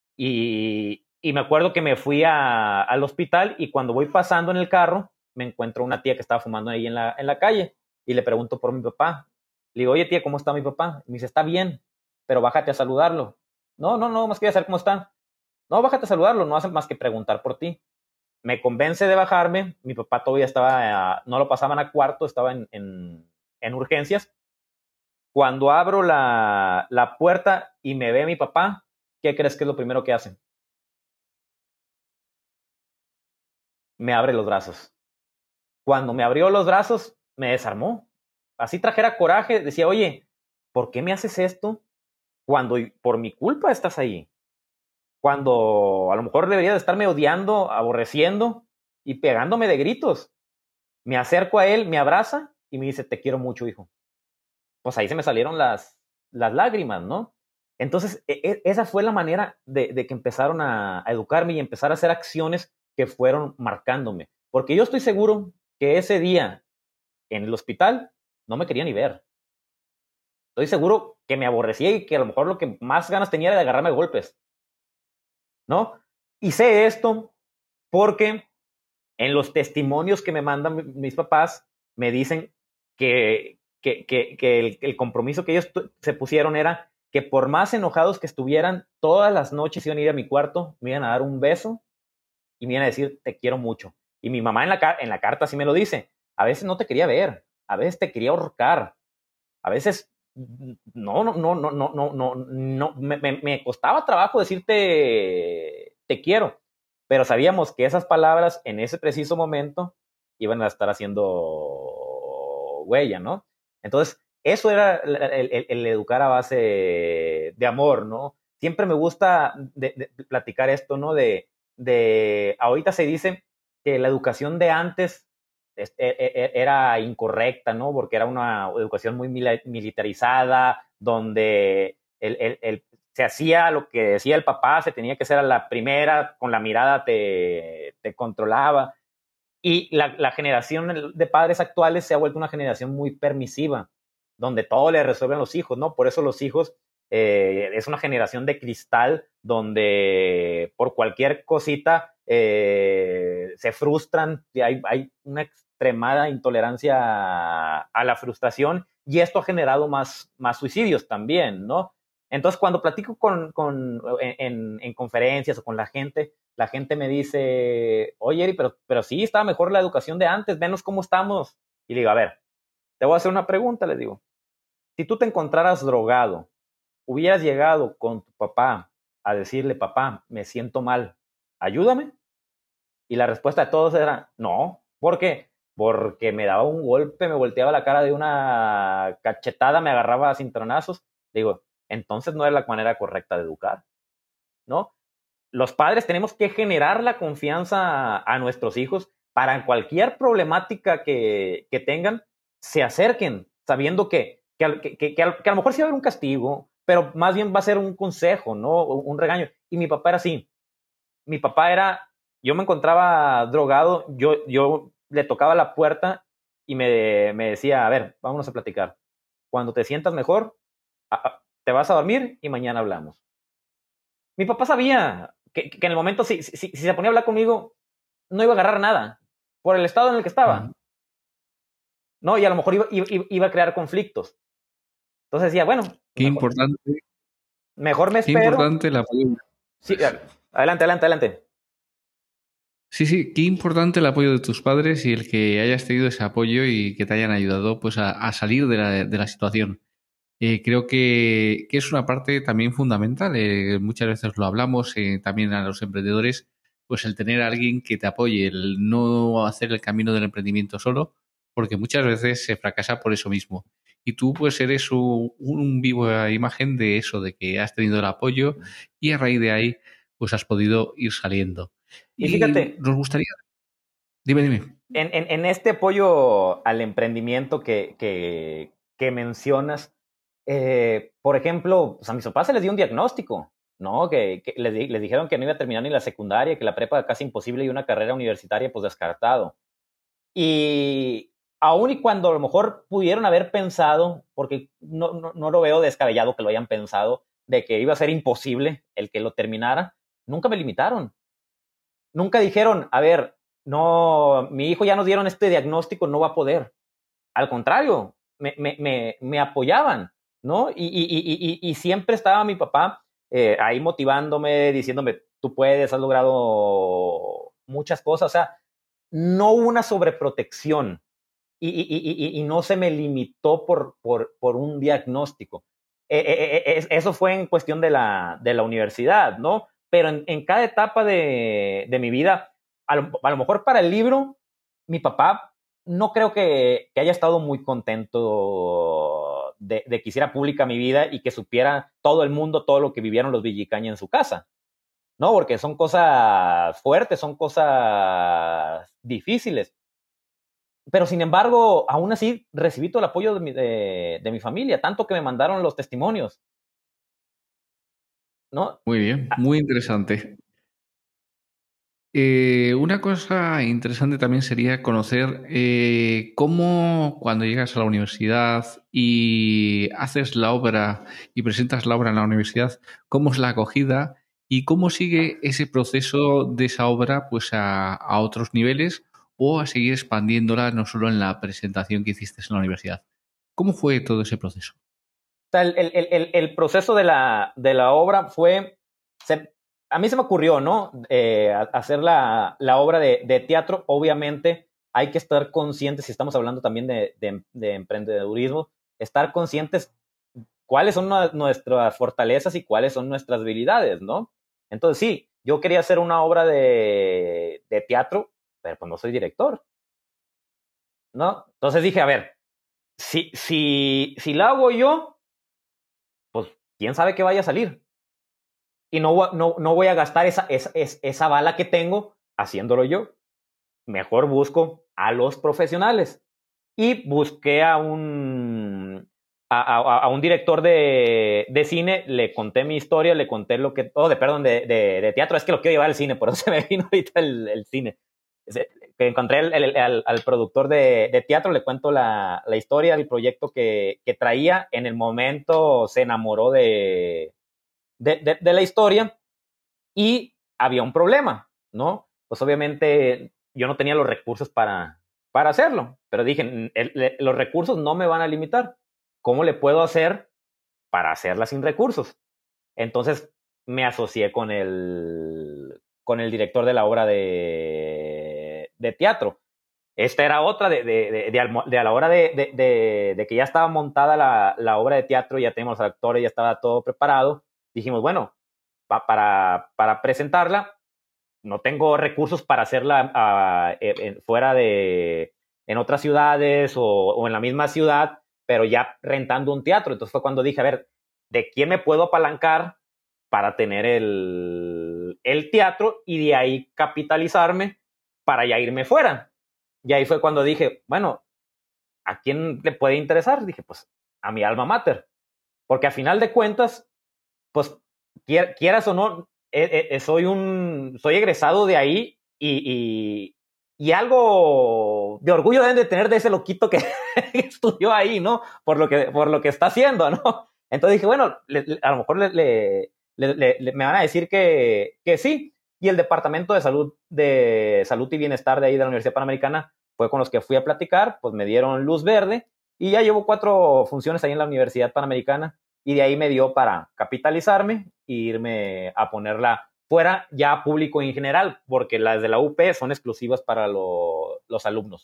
Y, y me acuerdo que me fui a, al hospital, y cuando voy pasando en el carro, me encuentro una tía que estaba fumando ahí en la, en la calle, y le pregunto por mi papá. Le digo, oye tía, ¿cómo está mi papá? Y me dice, está bien, pero bájate a saludarlo. No, no, no, más quería saber cómo está. No, bájate a saludarlo, no hace más que preguntar por ti. Me convence de bajarme, mi papá todavía estaba, no lo pasaban a cuarto, estaba en, en, en urgencias. Cuando abro la, la puerta y me ve mi papá, ¿qué crees que es lo primero que hace? Me abre los brazos. Cuando me abrió los brazos, me desarmó. Así trajera coraje, decía, oye, ¿por qué me haces esto cuando por mi culpa estás ahí? Cuando a lo mejor debería de estarme odiando, aborreciendo y pegándome de gritos. Me acerco a él, me abraza y me dice, te quiero mucho, hijo. Pues ahí se me salieron las, las lágrimas, ¿no? Entonces, e- esa fue la manera de, de que empezaron a, a educarme y empezar a hacer acciones que fueron marcándome. Porque yo estoy seguro que ese día en el hospital no me quería ni ver. Estoy seguro que me aborrecía y que a lo mejor lo que más ganas tenía era de agarrarme a golpes, ¿no? Y sé esto porque en los testimonios que me mandan mis papás me dicen que, que, que, que el, el compromiso que ellos se pusieron era que por más enojados que estuvieran, todas las noches iban a ir a mi cuarto, me iban a dar un beso y me iban a decir, te quiero mucho. Y mi mamá en la, en la carta sí me lo dice, a veces no te quería ver, a veces te quería ahorcar, a veces no, no, no, no, no, no, no, no me, me, me costaba trabajo decirte te quiero, pero sabíamos que esas palabras en ese preciso momento iban a estar haciendo huella, ¿no? Entonces, eso era el, el, el educar a base de amor, ¿no? Siempre me gusta de, de platicar esto, ¿no? De, de, ahorita se dice que la educación de antes era incorrecta, ¿no? Porque era una educación muy militarizada, donde el, el, el, se hacía lo que decía el papá, se tenía que hacer a la primera, con la mirada te, te controlaba. Y la, la generación de padres actuales se ha vuelto una generación muy permisiva, donde todo le resuelven los hijos, ¿no? Por eso los hijos eh, es una generación de cristal, donde por cualquier cosita eh, se frustran, hay, hay una extremada intolerancia a, a la frustración, y esto ha generado más, más suicidios también, ¿no? Entonces, cuando platico con, con, en, en conferencias o con la gente, la gente me dice, oye, Eri, pero, pero sí, estaba mejor la educación de antes, venos cómo estamos. Y le digo, a ver, te voy a hacer una pregunta, les digo. Si tú te encontraras drogado, hubieras llegado con tu papá a decirle, papá, me siento mal, ayúdame. Y la respuesta de todos era, no. ¿Por qué? Porque me daba un golpe, me volteaba la cara de una cachetada, me agarraba a cintronazos. Digo, entonces no es la manera correcta de educar, ¿no? Los padres tenemos que generar la confianza a, a nuestros hijos para cualquier problemática que, que tengan, se acerquen, sabiendo que, que, que, que, que, a, que a lo mejor sí va a haber un castigo, pero más bien va a ser un consejo, ¿no? Un regaño. Y mi papá era así. Mi papá era, yo me encontraba drogado, yo, yo le tocaba la puerta y me, me decía, a ver, vámonos a platicar. Cuando te sientas mejor, a, a, te vas a dormir y mañana hablamos. Mi papá sabía que, que en el momento, si, si, si se ponía a hablar conmigo, no iba a agarrar nada por el estado en el que estaba. Uh-huh. No, y a lo mejor iba, iba, iba a crear conflictos. Entonces decía, bueno. Qué mejor, importante. Mejor me espero. Qué importante el apoyo. Sí, adelante, adelante, adelante. Sí, sí, qué importante el apoyo de tus padres y el que hayas tenido ese apoyo y que te hayan ayudado pues a, a salir de la, de la situación. Eh, creo que, que es una parte también fundamental. Eh, muchas veces lo hablamos eh, también a los emprendedores, pues el tener a alguien que te apoye, el no hacer el camino del emprendimiento solo, porque muchas veces se fracasa por eso mismo. Y tú pues eres un, un viva imagen de eso, de que has tenido el apoyo y a raíz de ahí pues has podido ir saliendo. Y, y fíjate, nos gustaría... Dime, dime. En, en, en este apoyo al emprendimiento que, que, que mencionas, Eh, por ejemplo, pues a mis papás se les dio un diagnóstico, ¿no? Que, que les, les dijeron que no iba a terminar ni la secundaria, que la prepa casi imposible y una carrera universitaria pues descartado. Y aún y cuando a lo mejor pudieron haber pensado, porque no, no, no lo veo descabellado que lo hayan pensado, de que iba a ser imposible el que lo terminara, nunca me limitaron. Nunca dijeron, a ver, no, mi hijo ya nos dieron este diagnóstico, no va a poder. Al contrario, me, me, me, me apoyaban, ¿no? Y, y, y, y, y siempre estaba mi papá eh, ahí motivándome, diciéndome, tú puedes, has logrado muchas cosas. O sea, no hubo una sobreprotección y, y, y, y no se me limitó por, por, por un diagnóstico. Eh, eh, eh, eso fue en cuestión de la, de la universidad, ¿no? Pero en, en cada etapa de, de mi vida, a lo, a lo mejor para el libro, mi papá no creo que, que haya estado muy contento de, de que hiciera pública mi vida y que supiera todo el mundo todo lo que vivieron los Villicaña en su casa, ¿no? Porque son cosas fuertes, son cosas difíciles. Pero sin embargo, aún así recibí todo el apoyo de mi, de, de mi familia, tanto que me mandaron los testimonios, ¿no? Muy bien, muy interesante. Eh, una cosa interesante también sería conocer eh, cómo cuando llegas a la universidad y haces la obra y presentas la obra en la universidad, cómo es la acogida y cómo sigue ese proceso de esa obra pues a, a otros niveles o a seguir expandiéndola no solo en la presentación que hiciste en la universidad. ¿Cómo fue todo ese proceso? O sea, el, el, el, el proceso de la, de la obra fue... Se, a mí se me ocurrió, ¿no? Eh, hacer la, la obra de, de teatro. Obviamente hay que estar conscientes, si estamos hablando también de, de, de emprendedurismo, estar conscientes cuáles son nuestras fortalezas y cuáles son nuestras debilidades, ¿no? Entonces sí, yo quería hacer una obra de, de teatro, pero pues no soy director, ¿no? Entonces dije, a ver, si, si, si la hago yo, pues quién sabe qué vaya a salir. Y no, no, no voy a gastar esa, esa, esa bala que tengo haciéndolo yo. Mejor busco a los profesionales. Y busqué a un, a, a, a un director de, de cine, le conté mi historia, le conté lo que, oh, de, perdón, de, de, de teatro, es que lo quiero llevar al cine, por eso se me vino ahorita el, el cine. Que encontré el, el, el, al productor de, de teatro, le cuento la, la historia del proyecto que, que traía. En el momento se enamoró de, de, de, de la historia y había un problema, ¿no? Pues obviamente yo no tenía los recursos para, para hacerlo, pero dije, el, el, los recursos no me van a limitar. ¿Cómo le puedo hacer para hacerla sin recursos? Entonces me asocié con el, con el director de la obra de, de teatro. Esta era otra de, de, de, de, de a la hora de, de, de, de que ya estaba montada la, la obra de teatro, ya teníamos los actores, ya estaba todo preparado. Dijimos, bueno, pa, para, para presentarla, no tengo recursos para hacerla uh, en, fuera de, en otras ciudades o, o en la misma ciudad, pero ya rentando un teatro. Entonces fue cuando dije, a ver, ¿de quién me puedo apalancar para tener el, el teatro y de ahí capitalizarme para ya irme fuera? Y ahí fue cuando dije, bueno, ¿a quién le puede interesar? Dije, pues a mi alma mater. Porque a final de cuentas, pues quieras o no, eh, eh, soy un, soy egresado de ahí y, y, y algo de orgullo deben de tener de ese loquito que estudió ahí, ¿no? Por lo que, por lo que está haciendo, ¿no? Entonces dije, bueno, le, le, a lo mejor le, le, le, le, me van a decir que, que sí. Y el Departamento de Salud, de Salud y Bienestar de ahí de la Universidad Panamericana fue con los que fui a platicar, pues me dieron luz verde y ya llevo cuatro funciones ahí en la Universidad Panamericana y de ahí me dio para capitalizarme e irme a ponerla fuera ya a público en general, porque las de la U P son exclusivas para lo, los alumnos.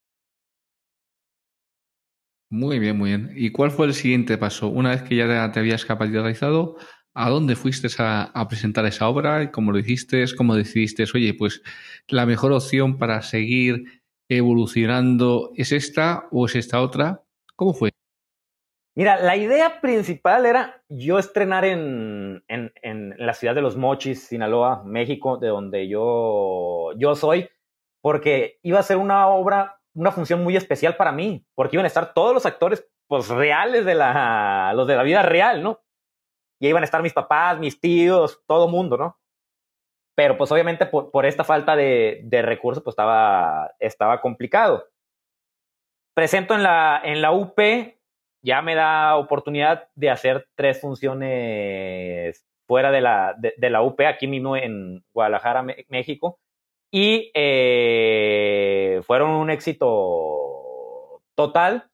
Muy bien, muy bien. ¿Y cuál fue el siguiente paso? Una vez que ya te habías capitalizado, ¿a dónde fuiste a, a presentar esa obra? ¿Cómo lo hiciste? ¿Cómo decidiste? Oye, pues la mejor opción para seguir evolucionando es esta o es esta otra. ¿Cómo fue? Mira, la idea principal era yo estrenar en, en, en la ciudad de Los Mochis, Sinaloa, México, de donde yo, yo soy, porque iba a ser una obra, una función muy especial para mí, porque iban a estar todos los actores pues reales de la, los de la vida real, ¿no? Y iban a estar mis papás, mis tíos, todo mundo, ¿no? Pero pues obviamente por, por esta falta de, de recursos pues estaba, estaba complicado. Presento en la, en la U P, ya me da oportunidad de hacer tres funciones fuera de la, de, de la U P, aquí mismo en Guadalajara, México, y eh, fueron un éxito total.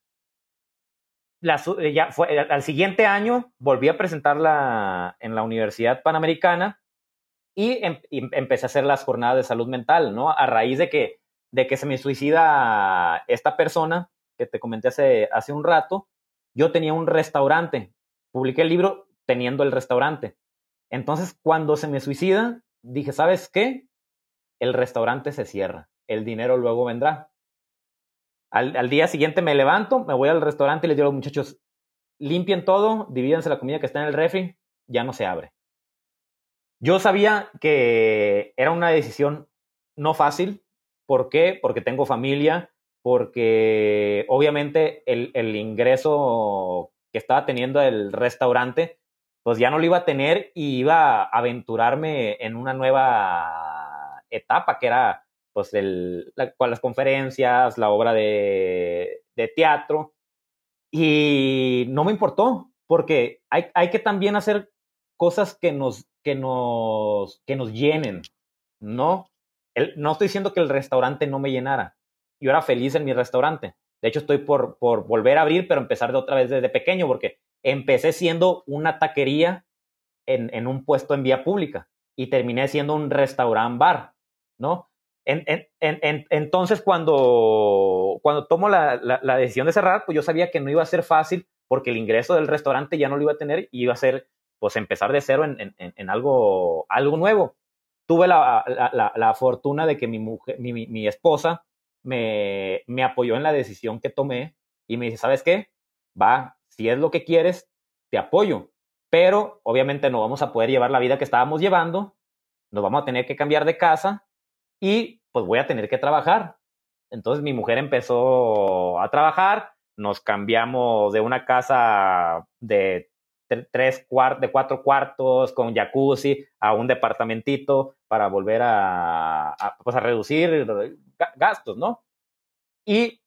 La, ya fue, al siguiente año volví a presentarla en la Universidad Panamericana y, em, y empecé a hacer las jornadas de salud mental, ¿no? A raíz de que, de que se me suicida esta persona que te comenté hace, hace un rato, yo tenía un restaurante, publiqué el libro teniendo el restaurante. Entonces, cuando se me suicida, dije, ¿sabes qué? El restaurante se cierra, el dinero luego vendrá. Al, al día siguiente me levanto, me voy al restaurante y les digo a los muchachos, limpien todo, divídanse la comida que está en el refri, ya no se abre. Yo sabía que era una decisión no fácil. ¿Por qué? Porque tengo familia, porque obviamente el, el ingreso que estaba teniendo el restaurante, pues ya no lo iba a tener y iba a aventurarme en una nueva etapa que era pues el, la, las conferencias, la obra de, de teatro, y no me importó, porque hay, hay que también hacer cosas que nos, que nos, que nos llenen, ¿no? El, no estoy diciendo que el restaurante no me llenara, yo era feliz en mi restaurante, de hecho estoy por, por volver a abrir, pero empezar de otra vez desde pequeño, porque empecé siendo una taquería en, en un puesto en vía pública, y terminé siendo un restaurant bar, ¿no? En, en, en, entonces, cuando, cuando tomo la, la, la decisión de cerrar, pues yo sabía que no iba a ser fácil porque el ingreso del restaurante ya no lo iba a tener y iba a ser, pues, empezar de cero en, en, en algo, algo nuevo. Tuve la, la, la, la fortuna de que mi, mujer, mi, mi, mi esposa me, me apoyó en la decisión que tomé y me dice, ¿sabes qué? Va, si es lo que quieres, te apoyo. Pero, obviamente, no vamos a poder llevar la vida que estábamos llevando, nos vamos a tener que cambiar de casa y pues voy a tener que trabajar. Entonces mi mujer empezó a trabajar, nos cambiamos de una casa de tres cuartos, de cuatro cuartos con jacuzzi a un departamentito para volver a, a, pues a reducir gastos, ¿no? Y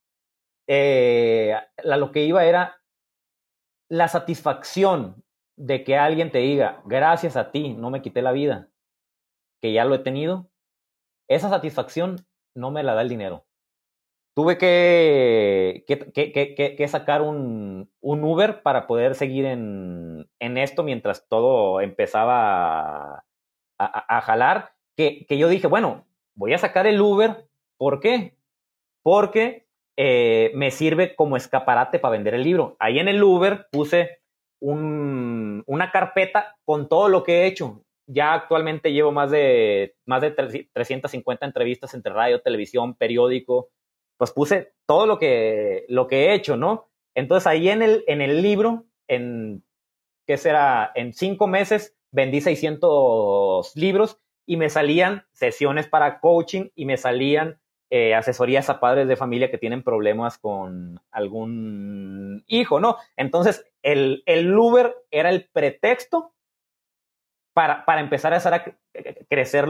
eh, a lo que iba era la satisfacción de que alguien te diga, gracias a ti, no me quité la vida, que ya lo he tenido. Esa satisfacción no me la da el dinero. Tuve que, que, que, que, que sacar un, un Uber para poder seguir en, en esto mientras todo empezaba a, a, a jalar. Que, que yo dije, bueno, voy a sacar el Uber. ¿Por qué? Porque eh, me sirve como escaparate para vender el libro. Ahí en el Uber puse un, una carpeta con todo lo que he hecho. Ya actualmente llevo más de, más de trescientas cincuenta entrevistas entre radio, televisión, periódico. Pues puse todo lo que, lo que he hecho, ¿no? Entonces ahí en el, en el libro, en, ¿qué será? En cinco meses vendí seiscientos libros y me salían sesiones para coaching y me salían eh, asesorías a padres de familia que tienen problemas con algún hijo, ¿no? Entonces el, el Uber era el pretexto para, para empezar a hacer a crecer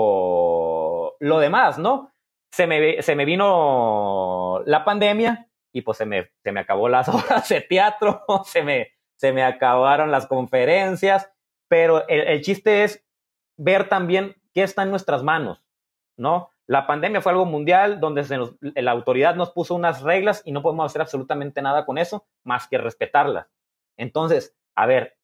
lo, lo demás, ¿no? Se me, se me vino la pandemia y pues se me, se me acabó las horas de teatro, se me, se me acabaron las conferencias, pero el, el chiste es ver también qué está en nuestras manos, ¿no? La pandemia fue algo mundial donde se nos, la autoridad nos puso unas reglas y no podemos hacer absolutamente nada con eso más que respetarlas. Entonces, a ver,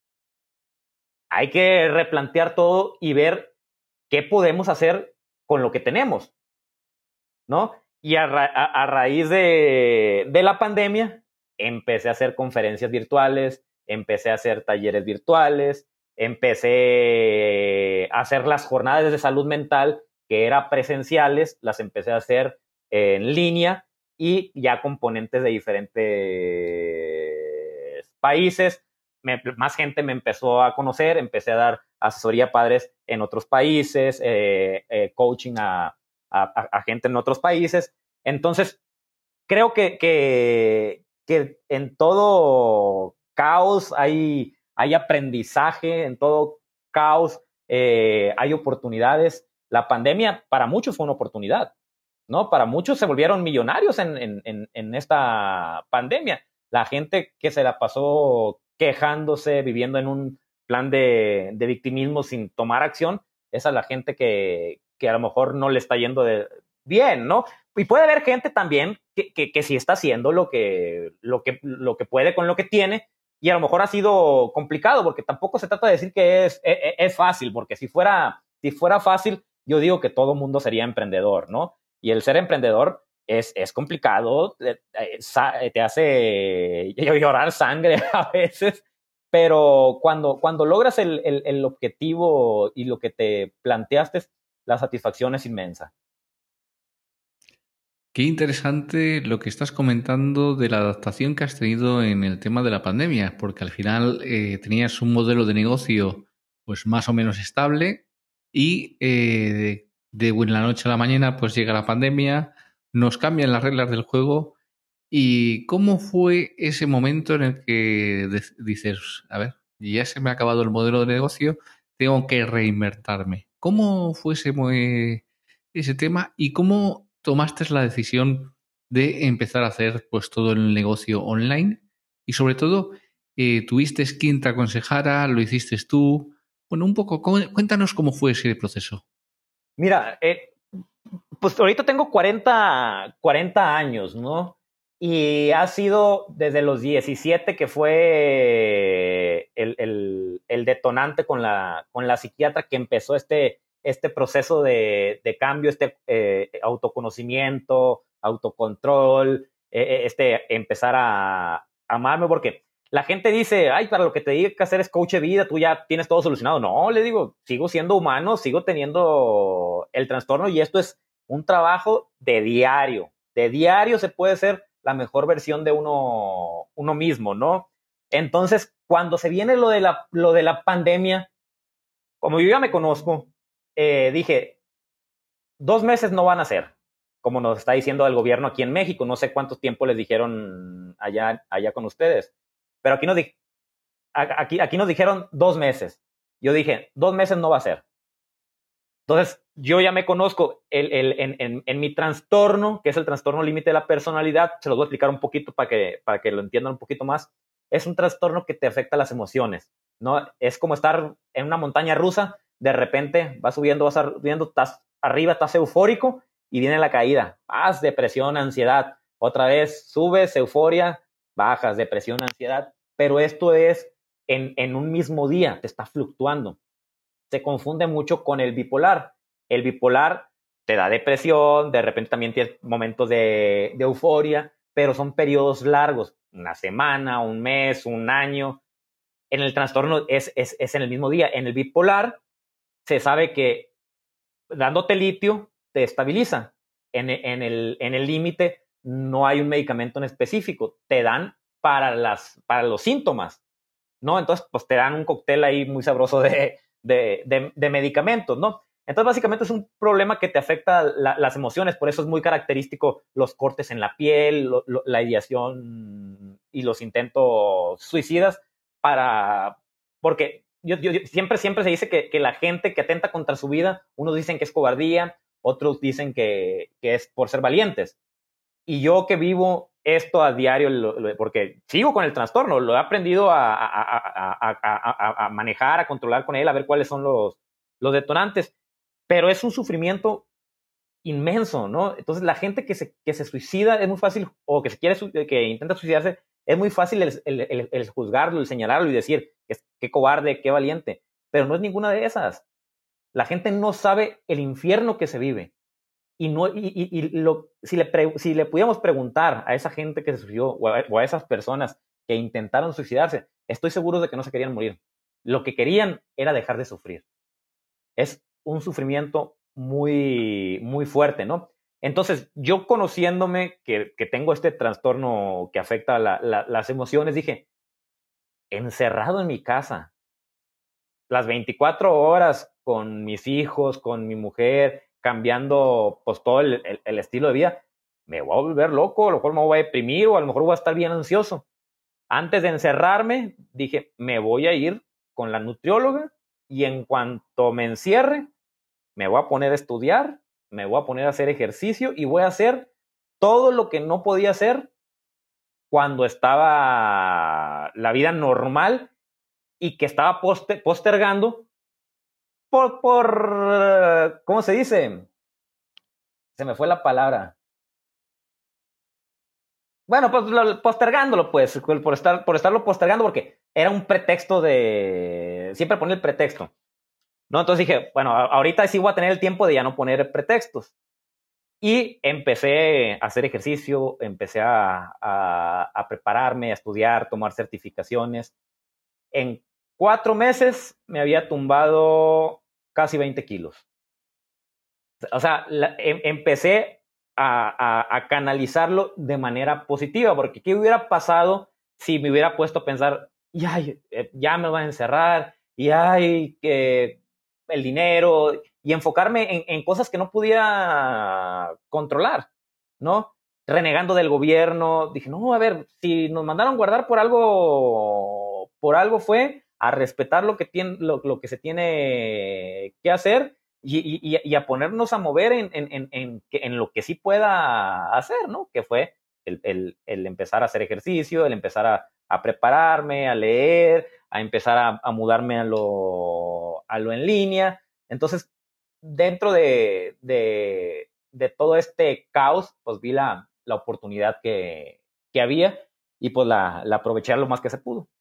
hay que replantear todo y ver qué podemos hacer con lo que tenemos, ¿no? Y a, ra a, a raíz de, de la pandemia, empecé a hacer conferencias virtuales, empecé a hacer talleres virtuales, empecé a hacer las jornadas de salud mental, que eran presenciales, las empecé a hacer en línea y ya componentes de diferentes países. Me, más gente me empezó a conocer, empecé a dar asesoría a padres en otros países, eh, eh, coaching a A, a, a gente en otros países. Entonces, creo que, que, que en todo caos hay, hay aprendizaje, en todo caos eh, hay oportunidades. La pandemia para muchos fue una oportunidad, ¿no? Para muchos se volvieron millonarios en, en, en, en esta pandemia. La gente que se la pasó quejándose, viviendo en un plan de, de victimismo sin tomar acción, esa es la gente que, que a lo mejor no le está yendo de bien, ¿no? Y puede haber gente también que, que, que sí está haciendo lo que, lo, que, lo que puede con lo que tiene y a lo mejor ha sido complicado, porque tampoco se trata de decir que es, es, es fácil, porque si fuera, si fuera fácil, yo digo que todo mundo sería emprendedor, ¿no? Y el ser emprendedor es, es complicado, te, te hace llorar sangre a veces, pero cuando, cuando logras el, el, el objetivo y lo que te planteaste, la satisfacción es inmensa. Qué interesante lo que estás comentando de la adaptación que has tenido en el tema de la pandemia, porque al final eh, tenías un modelo de negocio pues más o menos estable y eh, de, de la noche a la mañana pues llega la pandemia, nos cambian las reglas del juego. ¿Y cómo fue ese momento en el que dices, a ver, ya se me ha acabado el modelo de negocio, tengo que reinventarme? ¿Cómo fue ese, ese tema y cómo tomaste la decisión de empezar a hacer pues todo el negocio online? Y sobre todo, eh, ¿tuviste quien te aconsejara? ¿Lo hiciste tú? Bueno, un poco, cuéntanos cómo fue ese proceso. Mira, eh, pues ahorita tengo cuarenta, cuarenta años, ¿no? Y ha sido desde los diecisiete que fue el, el, el detonante con la, con la psiquiatra que empezó este, este proceso de, de cambio, este eh, autoconocimiento, autocontrol, eh, este empezar a, a amarme, porque la gente dice, ay, para lo que te diga que hacer es coach de vida, tú ya tienes todo solucionado. No, le digo, sigo siendo humano, sigo teniendo el trastorno y esto es un trabajo de diario. De diario se puede ser la mejor versión de uno, uno mismo, ¿no? Entonces, cuando se viene lo de la, lo de la pandemia, como yo ya me conozco, eh, dije, dos meses no van a ser. como nos está diciendo el gobierno aquí en México. No sé cuánto tiempo les dijeron allá, allá con ustedes, pero aquí nos, di aquí, aquí nos dijeron dos meses. Yo dije, dos meses no va a ser. Entonces, yo ya me conozco el, el, en, en, en mi trastorno, que es el trastorno límite de la personalidad. Se los voy a explicar un poquito para que, para que lo entiendan un poquito más. Es un trastorno que te afecta las emociones, ¿no? Es como estar en una montaña rusa, de repente vas subiendo, vas subiendo, estás arriba, estás eufórico y viene la caída. Vas, depresión, ansiedad. Otra vez subes, euforia, bajas, depresión, ansiedad. Pero esto es en, en un mismo día, te está fluctuando. Se confunde mucho con el bipolar. El bipolar te da depresión, de repente también tienes momentos de, de euforia, pero son periodos largos, una semana, un mes, un año. En el trastorno es, es, es en el mismo día. En el bipolar se sabe que dándote litio te estabiliza. En, en el en el límite no hay un medicamento en específico, te dan para, las, para los síntomas, ¿no? Entonces, pues te dan un cóctel ahí muy sabroso de, de, de, de medicamentos, ¿no? Entonces, básicamente es un problema que te afecta la, las emociones, por eso es muy característico los cortes en la piel, lo, lo, la ideación y los intentos suicidas, para, porque yo, yo, siempre, siempre se dice que, que la gente que atenta contra su vida, unos dicen que es cobardía, otros dicen que, que es por ser valientes. Y yo que vivo esto a diario, lo, lo, porque sigo con el trastorno, lo he aprendido a, a, a, a, a, a manejar, a controlar con él, a ver cuáles son los, los detonantes. Pero es un sufrimiento inmenso, ¿no? Entonces, la gente que se, que se suicida es muy fácil, o que se quiere, que intenta suicidarse, es muy fácil el, el, el, el juzgarlo, el señalarlo y decir, qué cobarde, qué valiente. Pero no es ninguna de esas. La gente no sabe el infierno que se vive. Y, no, y, y, y lo, si, le pre, si le pudiéramos preguntar a esa gente que se suicidó o a, o a esas personas que intentaron suicidarse, estoy seguro de que no se querían morir. Lo que querían era dejar de sufrir. Es un sufrimiento muy, muy fuerte, ¿no? Entonces, yo conociéndome que, que tengo este trastorno que afecta la, la, las emociones, dije, encerrado en mi casa, las veinticuatro horas con mis hijos, con mi mujer, cambiando pues todo el, el, el estilo de vida, me voy a volver loco, a lo mejor me voy a deprimir o a lo mejor voy a estar bien ansioso. Antes de encerrarme, dije, me voy a ir con la nutrióloga y en cuanto me encierre, me voy a poner a estudiar, me voy a poner a hacer ejercicio y voy a hacer todo lo que no podía hacer cuando estaba la vida normal y que estaba poster, postergando por, por, ¿cómo se dice? Se me fue la palabra. Bueno, pues postergándolo, pues, por, estar, por estarlo postergando, porque era un pretexto de... Siempre poner el pretexto, ¿no? Entonces dije, bueno, ahorita sí voy a tener el tiempo de ya no poner pretextos. Y empecé a hacer ejercicio, empecé a, a, a prepararme, a estudiar, tomar certificaciones. En cuatro meses me había tumbado casi veinte kilos. O sea, la, em, empecé a, a, a canalizarlo de manera positiva, porque ¿qué hubiera pasado si me hubiera puesto a pensar, ya, ya me van a encerrar, y ay, que el dinero, y enfocarme en, en cosas que no podía controlar, ¿no? Renegando del gobierno, dije, no, a ver, si nos mandaron guardar por algo, por algo fue a respetar lo que, tiene, lo, lo que se tiene que hacer y, y, y a ponernos a mover en, en, en, en, en lo que sí pueda hacer, ¿no? Que fue el, el, el empezar a hacer ejercicio, el empezar a, a prepararme, a leer, a empezar a, a mudarme a lo, a lo en línea. Entonces, dentro de, de, de todo este caos, pues vi la, la oportunidad que, que había y pues la, la aproveché lo más que se pudo.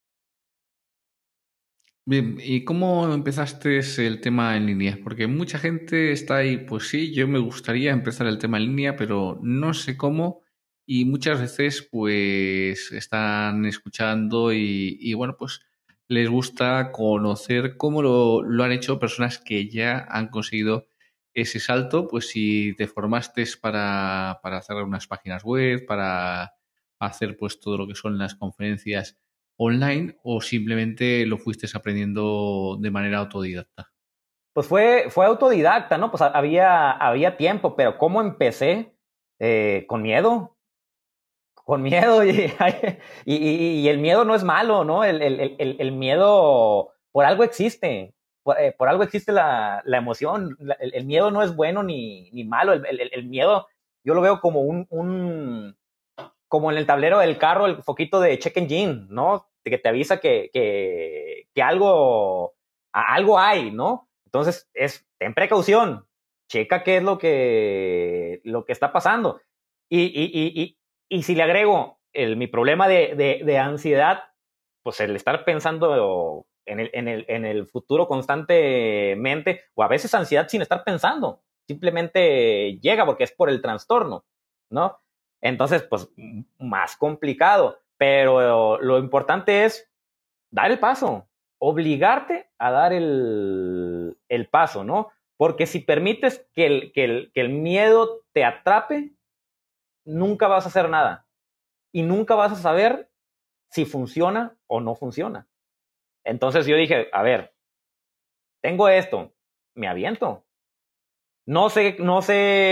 Bien, ¿y cómo empezaste el tema en línea? Porque mucha gente está ahí, pues sí, yo me gustaría empezar el tema en línea, pero no sé cómo, y muchas veces pues están escuchando y, y bueno, pues les gusta conocer cómo lo, lo han hecho personas que ya han conseguido ese salto, pues si te formaste para, para hacer unas páginas web, para hacer pues todo lo que son las conferencias online o simplemente lo fuiste aprendiendo de manera autodidacta. pues fue, fue autodidacta, ¿no? Pues había, había tiempo, pero ¿cómo empecé? Eh, con miedo. Con miedo. Y, y, y, y el miedo no es malo, ¿no? El, el, el, el miedo por algo existe. Por, eh, por algo existe la, la emoción. La, el, el miedo no es bueno ni, ni malo. El, el, el miedo yo lo veo como un, un, como en el tablero del carro, el foquito de check engine, ¿no? Que te avisa que, que, que algo, algo hay, ¿no? Entonces, es, ten precaución, checa qué es lo que, lo que está pasando. Y, y, y, y, y si le agrego el, mi problema de, de, de ansiedad, pues el estar pensando en el, en, el, en el futuro constantemente, o a veces ansiedad sin estar pensando, simplemente llega porque es por el trastorno, ¿no? Entonces, pues, más complicado. Pero lo importante es dar el paso, obligarte a dar el, el paso, ¿no? Porque si permites que el, que, el, que el miedo te atrape, nunca vas a hacer nada. Y nunca vas a saber si funciona o no funciona. Entonces yo dije, a ver, tengo esto, me aviento. No sé, no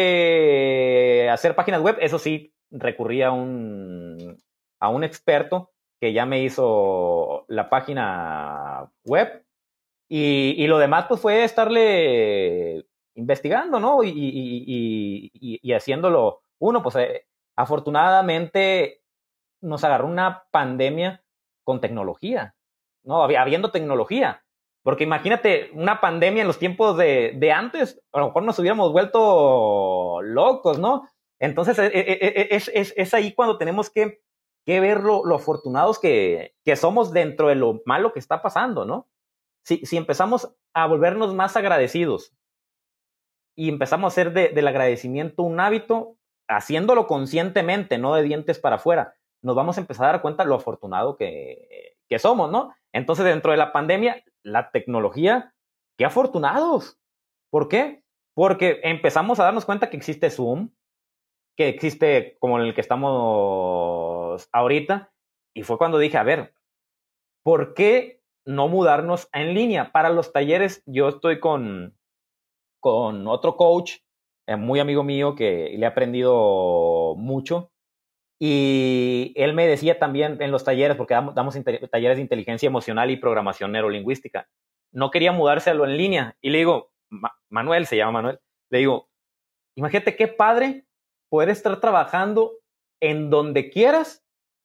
sé hacer páginas web, eso sí, recurrí a un, a un experto que ya me hizo la página web y, y lo demás pues fue estarle investigando, ¿no? Y, y, y, y, y haciéndolo uno, pues eh, afortunadamente nos agarró una pandemia con tecnología, ¿no? Habiendo tecnología. Porque imagínate una pandemia en los tiempos de, de antes, a lo mejor nos hubiéramos vuelto locos, ¿no? Entonces es, es, es, es ahí cuando tenemos que, que ver lo, lo afortunados que, que somos dentro de lo malo que está pasando, ¿no? Si, si empezamos a volvernos más agradecidos y empezamos a hacer de, del agradecimiento un hábito, haciéndolo conscientemente, no de dientes para afuera, nos vamos a empezar a dar cuenta de lo afortunado que, que somos, ¿no? Entonces, dentro de la pandemia, la tecnología, qué afortunados. ¿Por qué? Porque empezamos a darnos cuenta que existe Zoom, que existe como el que estamos ahorita, y fue cuando dije, a ver, ¿por qué no mudarnos en línea? Para los talleres, yo estoy con, con otro coach, eh, muy amigo mío, que le he aprendido mucho, y él me decía también en los talleres, porque damos, damos talleres de inteligencia emocional y programación neurolingüística, no quería mudárselo en línea. Y le digo, Ma- Manuel, se llama Manuel, le digo, imagínate qué padre poder estar trabajando en donde quieras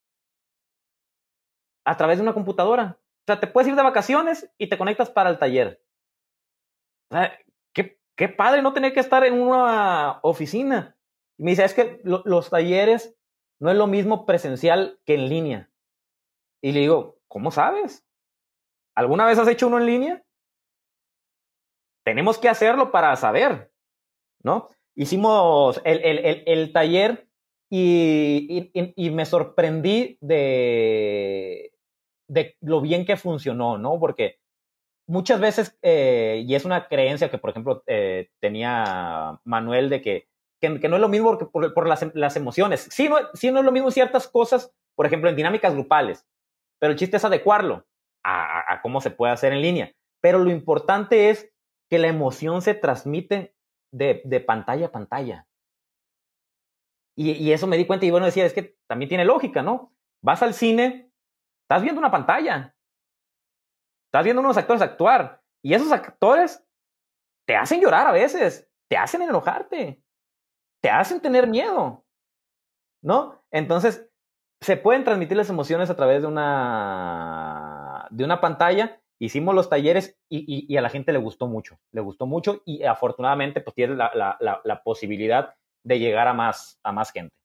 a través de una computadora. O sea, te puedes ir de vacaciones y te conectas para el taller. O sea, qué, qué padre no tener que estar en una oficina. Y me dice, es que lo, los talleres no es lo mismo presencial que en línea. Y le digo, ¿cómo sabes? ¿Alguna vez has hecho uno en línea? Tenemos que hacerlo para saber, ¿no? Hicimos el, el, el, el taller y, y, y me sorprendí de, de lo bien que funcionó, ¿no? Porque muchas veces, eh, y es una creencia que, por ejemplo, eh, tenía Manuel de que, que, que no es lo mismo porque por, por las, las emociones. Sí no, sí no es lo mismo ciertas cosas, por ejemplo, en dinámicas grupales, pero el chiste es adecuarlo a, a, a cómo se puede hacer en línea. Pero lo importante es que la emoción se transmite de, de pantalla a pantalla. Y, y eso me di cuenta y bueno, decía, es que también tiene lógica, ¿no? Vas al cine, estás viendo una pantalla, estás viendo unos actores actuar y esos actores te hacen llorar a veces, te hacen enojarte, te hacen tener miedo, ¿no? Entonces, se pueden transmitir las emociones a través de una, de una pantalla. Hicimos los talleres y, y, y a la gente le gustó mucho, le gustó mucho y afortunadamente pues tiene la, la, la, la posibilidad de llegar a más, a más gente.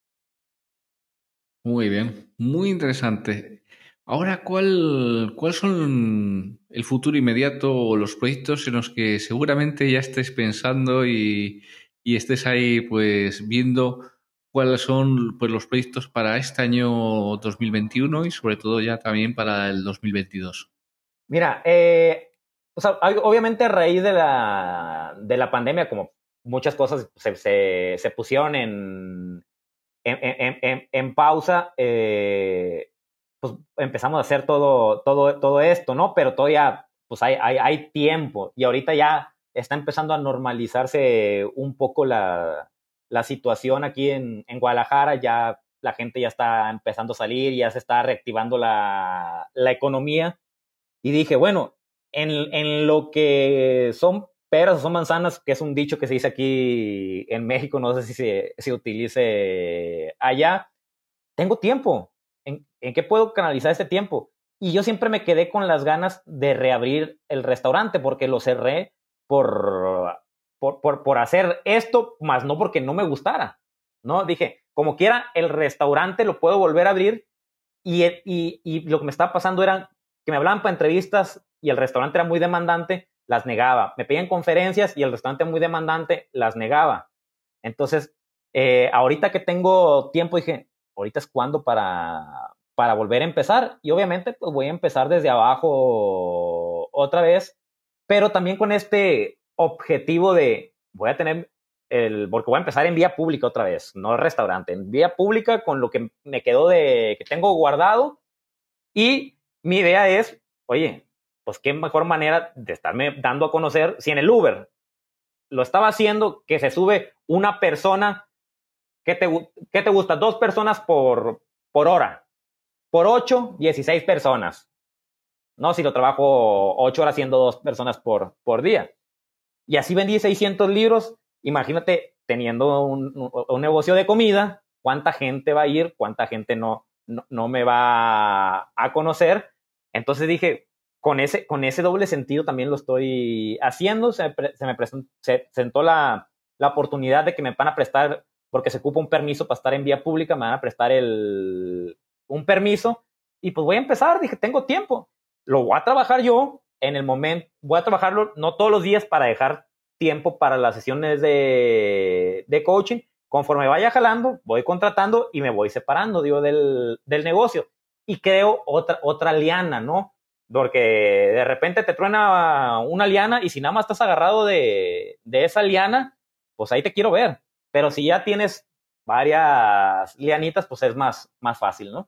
Muy bien, muy interesante. Ahora, ¿cuál, cuál son el futuro inmediato o los proyectos en los que seguramente ya estés pensando y, y estés ahí pues viendo cuáles son pues los proyectos para este año dos mil veintiuno y sobre todo ya también para el dos mil veintidós? Mira, eh, o sea, obviamente a raíz de la, de la pandemia, como muchas cosas se, se, se pusieron en, en, en, en, en pausa, eh, pues empezamos a hacer todo, todo, todo esto, ¿no? Pero todavía pues hay, hay, hay tiempo. Y ahorita ya está empezando a normalizarse un poco la, la situación aquí en, en Guadalajara. Ya la gente ya está empezando a salir, ya se está reactivando la, la economía. Y dije, bueno, en, en lo que son peras o son manzanas, que es un dicho que se dice aquí en México, no sé si se, se utilice allá, tengo tiempo. ¿En, ¿En qué puedo canalizar este tiempo? Y yo siempre me quedé con las ganas de reabrir el restaurante porque lo cerré por, por, por, por hacer esto, más no porque no me gustara, ¿no? Dije, como quiera, el restaurante lo puedo volver a abrir y, y, y lo que me estaba pasando era que me hablaban para entrevistas y el restaurante era muy demandante, las negaba. Me pedían conferencias y el restaurante muy demandante, las negaba. Entonces, eh, ahorita que tengo tiempo, dije, ahorita es cuando para, para volver a empezar. Y obviamente, pues voy a empezar desde abajo otra vez, pero también con este objetivo de, voy a tener el, porque voy a empezar en vía pública otra vez, no restaurante, en vía pública con lo que me quedó de, que tengo guardado. Y mi idea es, oye, pues qué mejor manera de estarme dando a conocer si en el Uber lo estaba haciendo, que se sube una persona, ¿qué te, qué te gusta? Dos personas por, por hora. Por ocho, dieciséis personas. No, si lo trabajo ocho horas siendo dos personas por, por día. Y así vendí seiscientos libros. Imagínate, teniendo un, un negocio de comida, ¿cuánta gente va a ir? ¿Cuánta gente no, no, no me va a conocer? Entonces dije, con ese, con ese doble sentido también lo estoy haciendo. Se me, se me presentó, se sentó la, la oportunidad de que me van a prestar, porque se ocupa un permiso para estar en vía pública, me van a prestar el, un permiso y pues voy a empezar. Dije, tengo tiempo, lo voy a trabajar yo en el momento, voy a trabajarlo no todos los días para dejar tiempo para las sesiones de, de coaching. Conforme vaya jalando, voy contratando y me voy separando, digo, del, del negocio y creo otra, otra liana, ¿no? Porque de repente te truena una liana y si nada más estás agarrado de, de esa liana, pues ahí te quiero ver. Pero si ya tienes varias lianitas, pues es más, más fácil, ¿no?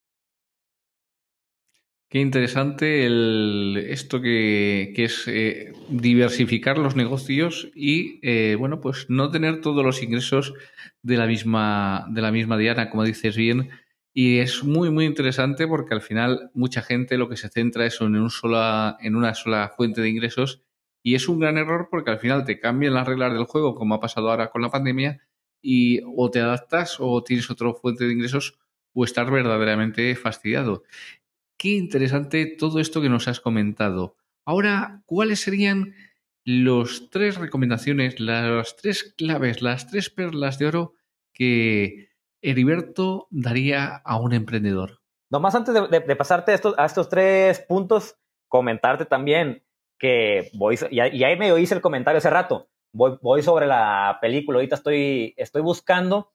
Qué interesante el, esto que, que es eh, diversificar los negocios y, eh, bueno, pues no tener todos los ingresos de la misma, de la misma diana, como dices bien. Y es muy, muy interesante porque al final mucha gente lo que se centra es en, un sola, en una sola fuente de ingresos y es un gran error porque al final te cambian las reglas del juego, como ha pasado ahora con la pandemia, y o te adaptas o tienes otra fuente de ingresos o estás verdaderamente fastidiado. Qué interesante todo esto que nos has comentado. Ahora, ¿cuáles serían los tres recomendaciones, las tres claves, las tres perlas de oro que Heriberto daría a un emprendedor? Nomás antes de, de, de pasarte a estos, a estos tres puntos, comentarte también que voy, y, y ahí me hice el comentario hace rato, voy, voy sobre la película, ahorita estoy, estoy buscando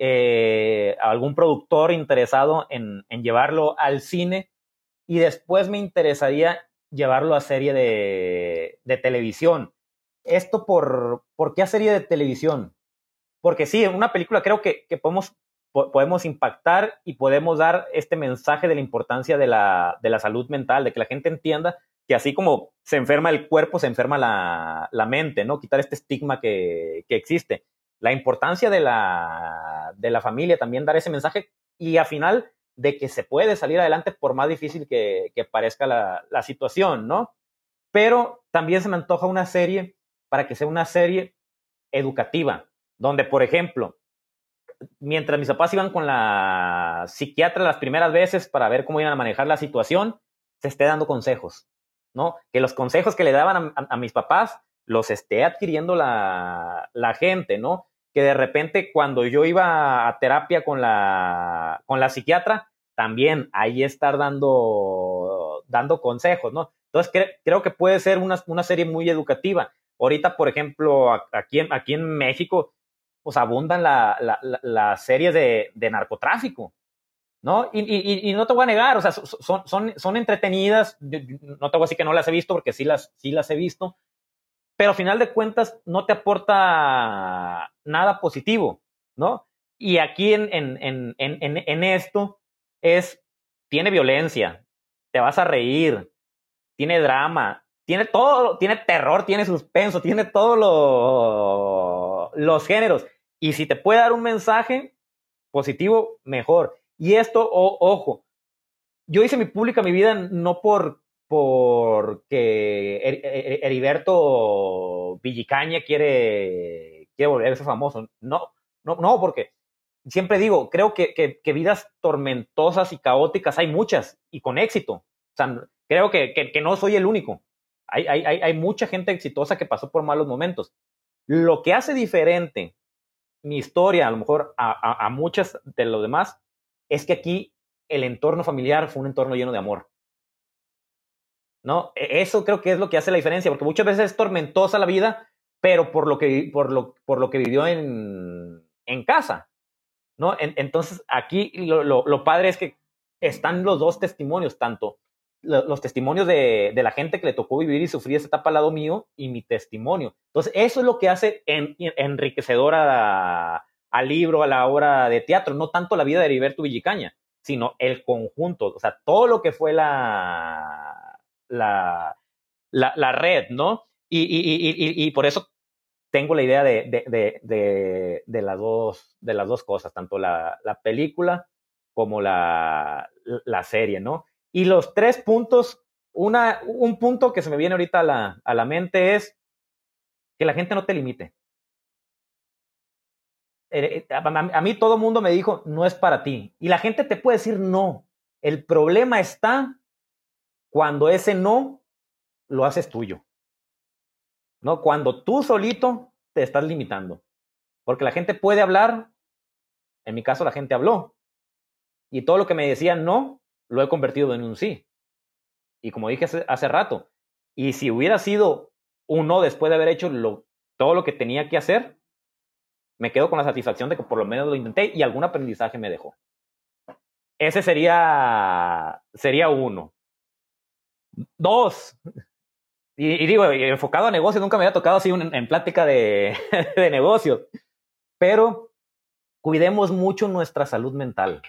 eh, algún productor interesado en, en llevarlo al cine y después me interesaría llevarlo a serie de, de televisión. Esto por, ¿por qué a serie de televisión? Porque sí, en una película creo que, que podemos, po podemos impactar y podemos dar este mensaje de la importancia de la, de la salud mental, de que la gente entienda que así como se enferma el cuerpo, se enferma la, la mente, ¿no? Quitar este estigma que, que existe. La importancia de la, de la familia, también dar ese mensaje y al final de que se puede salir adelante por más difícil que, que parezca la, la situación, ¿no? Pero también se me antoja una serie para que sea una serie educativa, donde, por ejemplo, mientras mis papás iban con la psiquiatra las primeras veces para ver cómo iban a manejar la situación, se esté dando consejos, ¿no? Que los consejos que le daban a, a, a mis papás los esté adquiriendo la, la gente, ¿no? Que de repente cuando yo iba a terapia con la, con la psiquiatra, también ahí estar dando, dando consejos, ¿no? Entonces cre creo que puede ser una, una serie muy educativa. Ahorita, por ejemplo, aquí en, aquí en México, pues abundan las la, la, la series de, de narcotráfico, ¿no? Y, y, y no te voy a negar, o sea, son, son, son entretenidas, no te voy a decir que no las he visto, porque sí las, sí las he visto, pero al final de cuentas no te aporta nada positivo, ¿no? Y aquí en, en, en, en, en esto es, tiene violencia, te vas a reír, tiene drama, tiene todo, tiene terror, tiene suspenso, tiene todos lo, los géneros. Y si te puede dar un mensaje positivo, mejor. Y esto, oh, ojo, yo hice mi pública mi vida no por porque Heriberto Villicaña quiere, quiere volverse famoso. No, no, no, porque siempre digo, creo que, que, que vidas tormentosas y caóticas hay muchas y con éxito. O sea, creo que, que, que no soy el único. Hay, hay, hay mucha gente exitosa que pasó por malos momentos. Lo que hace diferente mi historia, a lo mejor a, a, a muchas de los demás, es que aquí el entorno familiar fue un entorno lleno de amor. ¿No? Eso creo que es lo que hace la diferencia, porque muchas veces es tormentosa la vida, pero por lo que, por lo, por lo que vivió en, en casa, ¿no? En, entonces, aquí lo, lo, lo padre es que están los dos testimonios, tanto lo, los testimonios de, de la gente que le tocó vivir y sufrir esa etapa al lado mío y mi testimonio. Entonces, eso es lo que hace en, en, enriquecedora al libro, a la obra de teatro, no tanto la vida de Heriberto Villicaña, sino el conjunto, o sea, todo lo que fue la... La, la, la red, ¿no? Y, y, y, y, y por eso tengo la idea de, de, de, de, de, las, dos, de las dos cosas, tanto la, la película como la, la serie, ¿no? Y los tres puntos, una, un punto que se me viene ahorita a la, a la mente es que la gente no te limite. A, a mí todo el mundo me dijo, no es para ti. Y la gente te puede decir no. El problema está cuando ese no lo haces tuyo, ¿no? Cuando tú solito te estás limitando. Porque la gente puede hablar, en mi caso la gente habló, y todo lo que me decían no, lo he convertido en un sí. Y como dije hace, hace rato, y si hubiera sido un no después de haber hecho lo, todo lo que tenía que hacer, me quedo con la satisfacción de que por lo menos lo intenté y algún aprendizaje me dejó. Ese sería, sería uno. Dos, y, y digo, enfocado a negocios, nunca me había tocado así un, en plática de, de negocios, pero cuidemos mucho nuestra salud mental.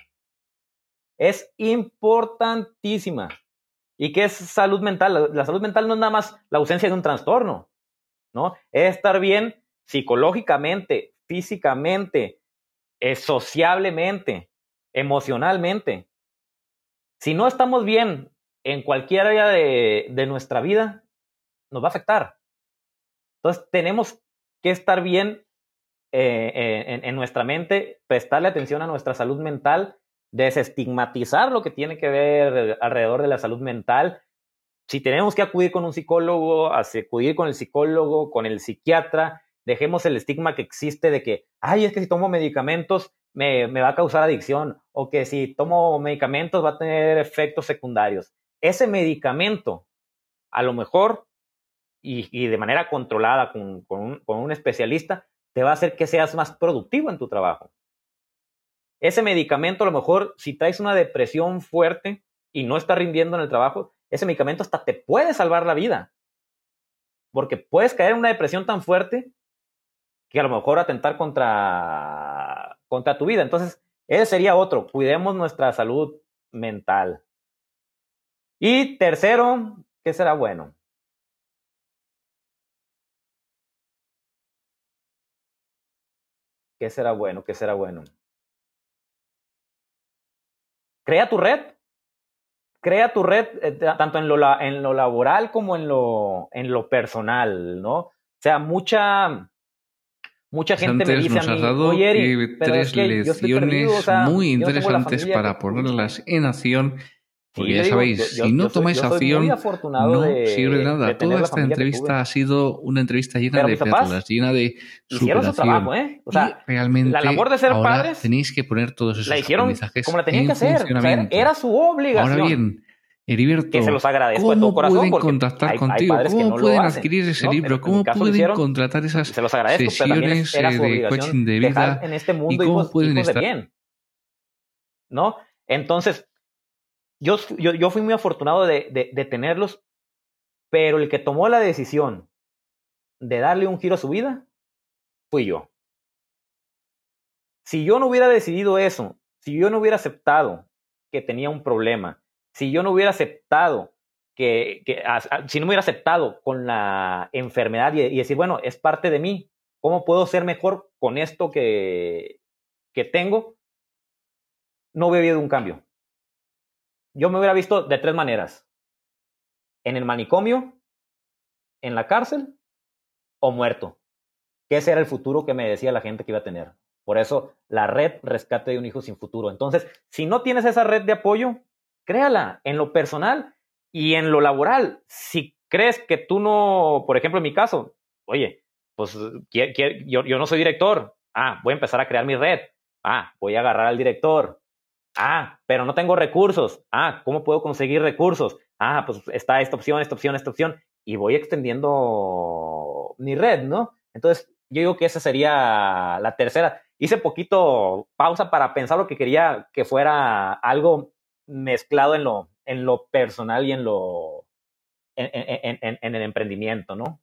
Es importantísima. ¿Y qué es salud mental? La, la salud mental no es nada más la ausencia de un trastorno, ¿no? Es estar bien psicológicamente, físicamente, eh, sociablemente, emocionalmente. Si no estamos bien en cualquier área de, de nuestra vida, nos va a afectar. Entonces, tenemos que estar bien eh, en, en nuestra mente, prestarle atención a nuestra salud mental, desestigmatizar lo que tiene que ver alrededor de la salud mental. Si tenemos que acudir con un psicólogo, acudir con el psicólogo, con el psiquiatra, dejemos el estigma que existe de que, ay, es que si tomo medicamentos me, me va a causar adicción, o que si tomo medicamentos va a tener efectos secundarios. Ese medicamento, a lo mejor, y, y de manera controlada con, con, un, con un especialista, te va a hacer que seas más productivo en tu trabajo. Ese medicamento, a lo mejor, si traes una depresión fuerte y no estás rindiendo en el trabajo, ese medicamento hasta te puede salvar la vida. Porque puedes caer en una depresión tan fuerte que a lo mejor atentar contra, contra tu vida. Entonces, ese sería otro. Cuidemos nuestra salud mental. Y tercero, ¿qué será bueno? ¿Qué será bueno? ¿Qué será bueno? Crea tu red. Crea tu red eh, tanto en lo, en lo laboral como en lo, en lo personal, ¿no? O sea, mucha, mucha gente Antes me dice nos a mí, has dado oye, Eric, eh, pero tres es que yo estoy lecciones perdido, o sea, muy yo no tengo la interesantes familia para que- ponerlas en acción. Porque Sí, ya le digo, sabéis, yo- si yo- no yo soy- tomáis yo soy muy acción, afortunado no de- sirve de de nada. tener Toda la esta familia que entrevista tuve. ha sido una entrevista llena Pero de mis papás pérdolas, llena de hicieron su superación. trabajo, ¿eh? O sea, y realmente la labor de ser ahora padres tenéis que poner todos esos la hicieron aprendizajes como la tenían que en hacer. O sea, era, funcionamiento. era su obligación. Ahora bien, Heriberto, Que se los agradezco de todo ¿cómo corazón, pueden porque contactar hay- hay contigo? padres que ¿Cómo no lo pueden hacen, adquirir ese ¿no? libro? En- en mi ¿Cómo caso lo pueden hicieron, contratar esas se los agradezco, pero también sesiones era eh, su de obligación coaching de dejar vida? en este ¿Y mundo cómo hijos, pueden hijos de estar? bien, ¿no? Entonces, yo, yo, yo fui muy afortunado de, de, de tenerlos, pero el que tomó la decisión de darle un giro a su vida fui yo. Si yo no hubiera decidido eso, si yo no hubiera aceptado que tenía un problema, si yo no hubiera aceptado que, que a, a, si no me hubiera aceptado con la enfermedad y, y decir, bueno, es parte de mí, ¿cómo puedo ser mejor con esto que, que tengo? No hubiera habido un cambio. Yo me hubiera visto de tres maneras: en el manicomio, en la cárcel o muerto. Que ese era el futuro que me decía la gente que iba a tener. Por eso, la red Rescate de un Hijo Sin Futuro. Entonces, si no tienes esa red de apoyo, créala en lo personal y en lo laboral. Si crees que tú no, por ejemplo, en mi caso, oye, pues yo, yo no soy director. Ah, voy a empezar a crear mi red. Ah, voy a agarrar al director. Ah, pero no tengo recursos. Ah, ¿cómo puedo conseguir recursos? Ah, pues está esta opción, esta opción, esta opción. Y voy extendiendo mi red, ¿no? Entonces, yo digo que esa sería la tercera. Hice poquito pausa para pensar lo que quería que fuera algo mezclado en lo, en lo personal y en lo en, en, en, en el emprendimiento, ¿no?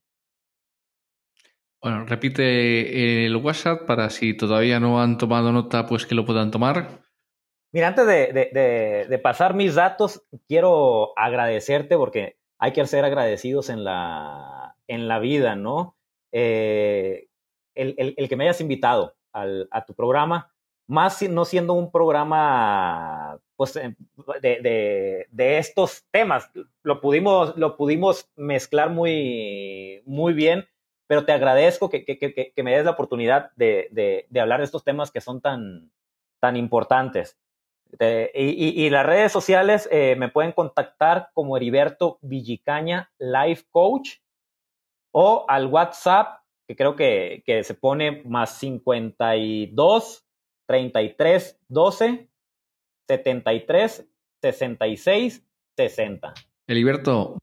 Bueno, repite el WhatsApp para si todavía no han tomado nota, pues que lo puedan tomar. Mira, antes de, de, de, de pasar mis datos, quiero agradecerte porque hay que ser agradecidos en la, en la vida, ¿no? Eh, el, el, el que me hayas invitado al, a tu programa, más no siendo un programa pues, de, de, de estos temas, lo pudimos, lo pudimos mezclar muy, muy bien, pero te agradezco que, que, que, que me des la oportunidad de, de, de hablar de estos temas que son tan, tan importantes. De, y, y, y las redes sociales eh, me pueden contactar como Heriberto Villicaña Life Coach o al WhatsApp, que creo que, que se pone más cincuenta y dos, treinta y tres, doce, setenta y tres, sesenta y seis, sesenta. Heriberto,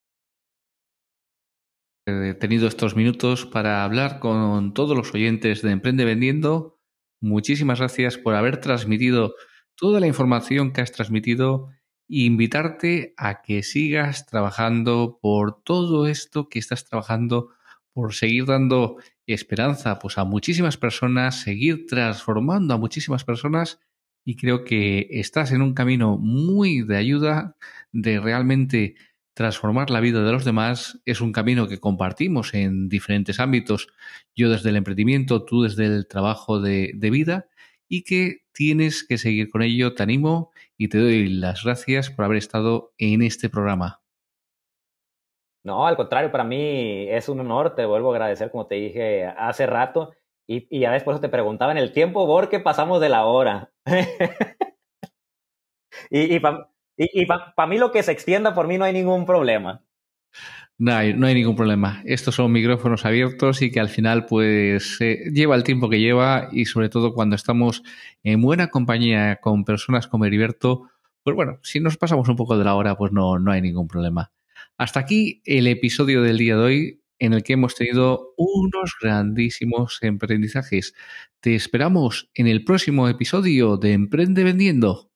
he tenido estos minutos para hablar con todos los oyentes de Emprende Vendiendo. Muchísimas gracias por haber transmitido toda la información que has transmitido e invitarte a que sigas trabajando por todo esto que estás trabajando, por seguir dando esperanza pues, a muchísimas personas, seguir transformando a muchísimas personas, y creo que estás en un camino muy de ayuda, de realmente transformar la vida de los demás. Es un camino que compartimos en diferentes ámbitos, yo desde el emprendimiento, tú desde el trabajo de, de vida, y que tienes que seguir con ello. Te animo y te doy las gracias por haber estado en este programa. No, al contrario, para mí es un honor, te vuelvo a agradecer, como te dije hace rato, y, y ya ves, por eso te preguntaba en el tiempo, porque pasamos de la hora. y y para y, y pa, pa mí lo que se extienda, por mí no hay ningún problema. No hay, no hay ningún problema. Estos son micrófonos abiertos y que al final pues eh, lleva el tiempo que lleva, y sobre todo cuando estamos en buena compañía con personas como Heriberto, pues bueno, si nos pasamos un poco de la hora, pues no, no hay ningún problema. Hasta aquí el episodio del día de hoy, en el que hemos tenido unos grandísimos aprendizajes. Te esperamos en el próximo episodio de Emprende Vendiendo.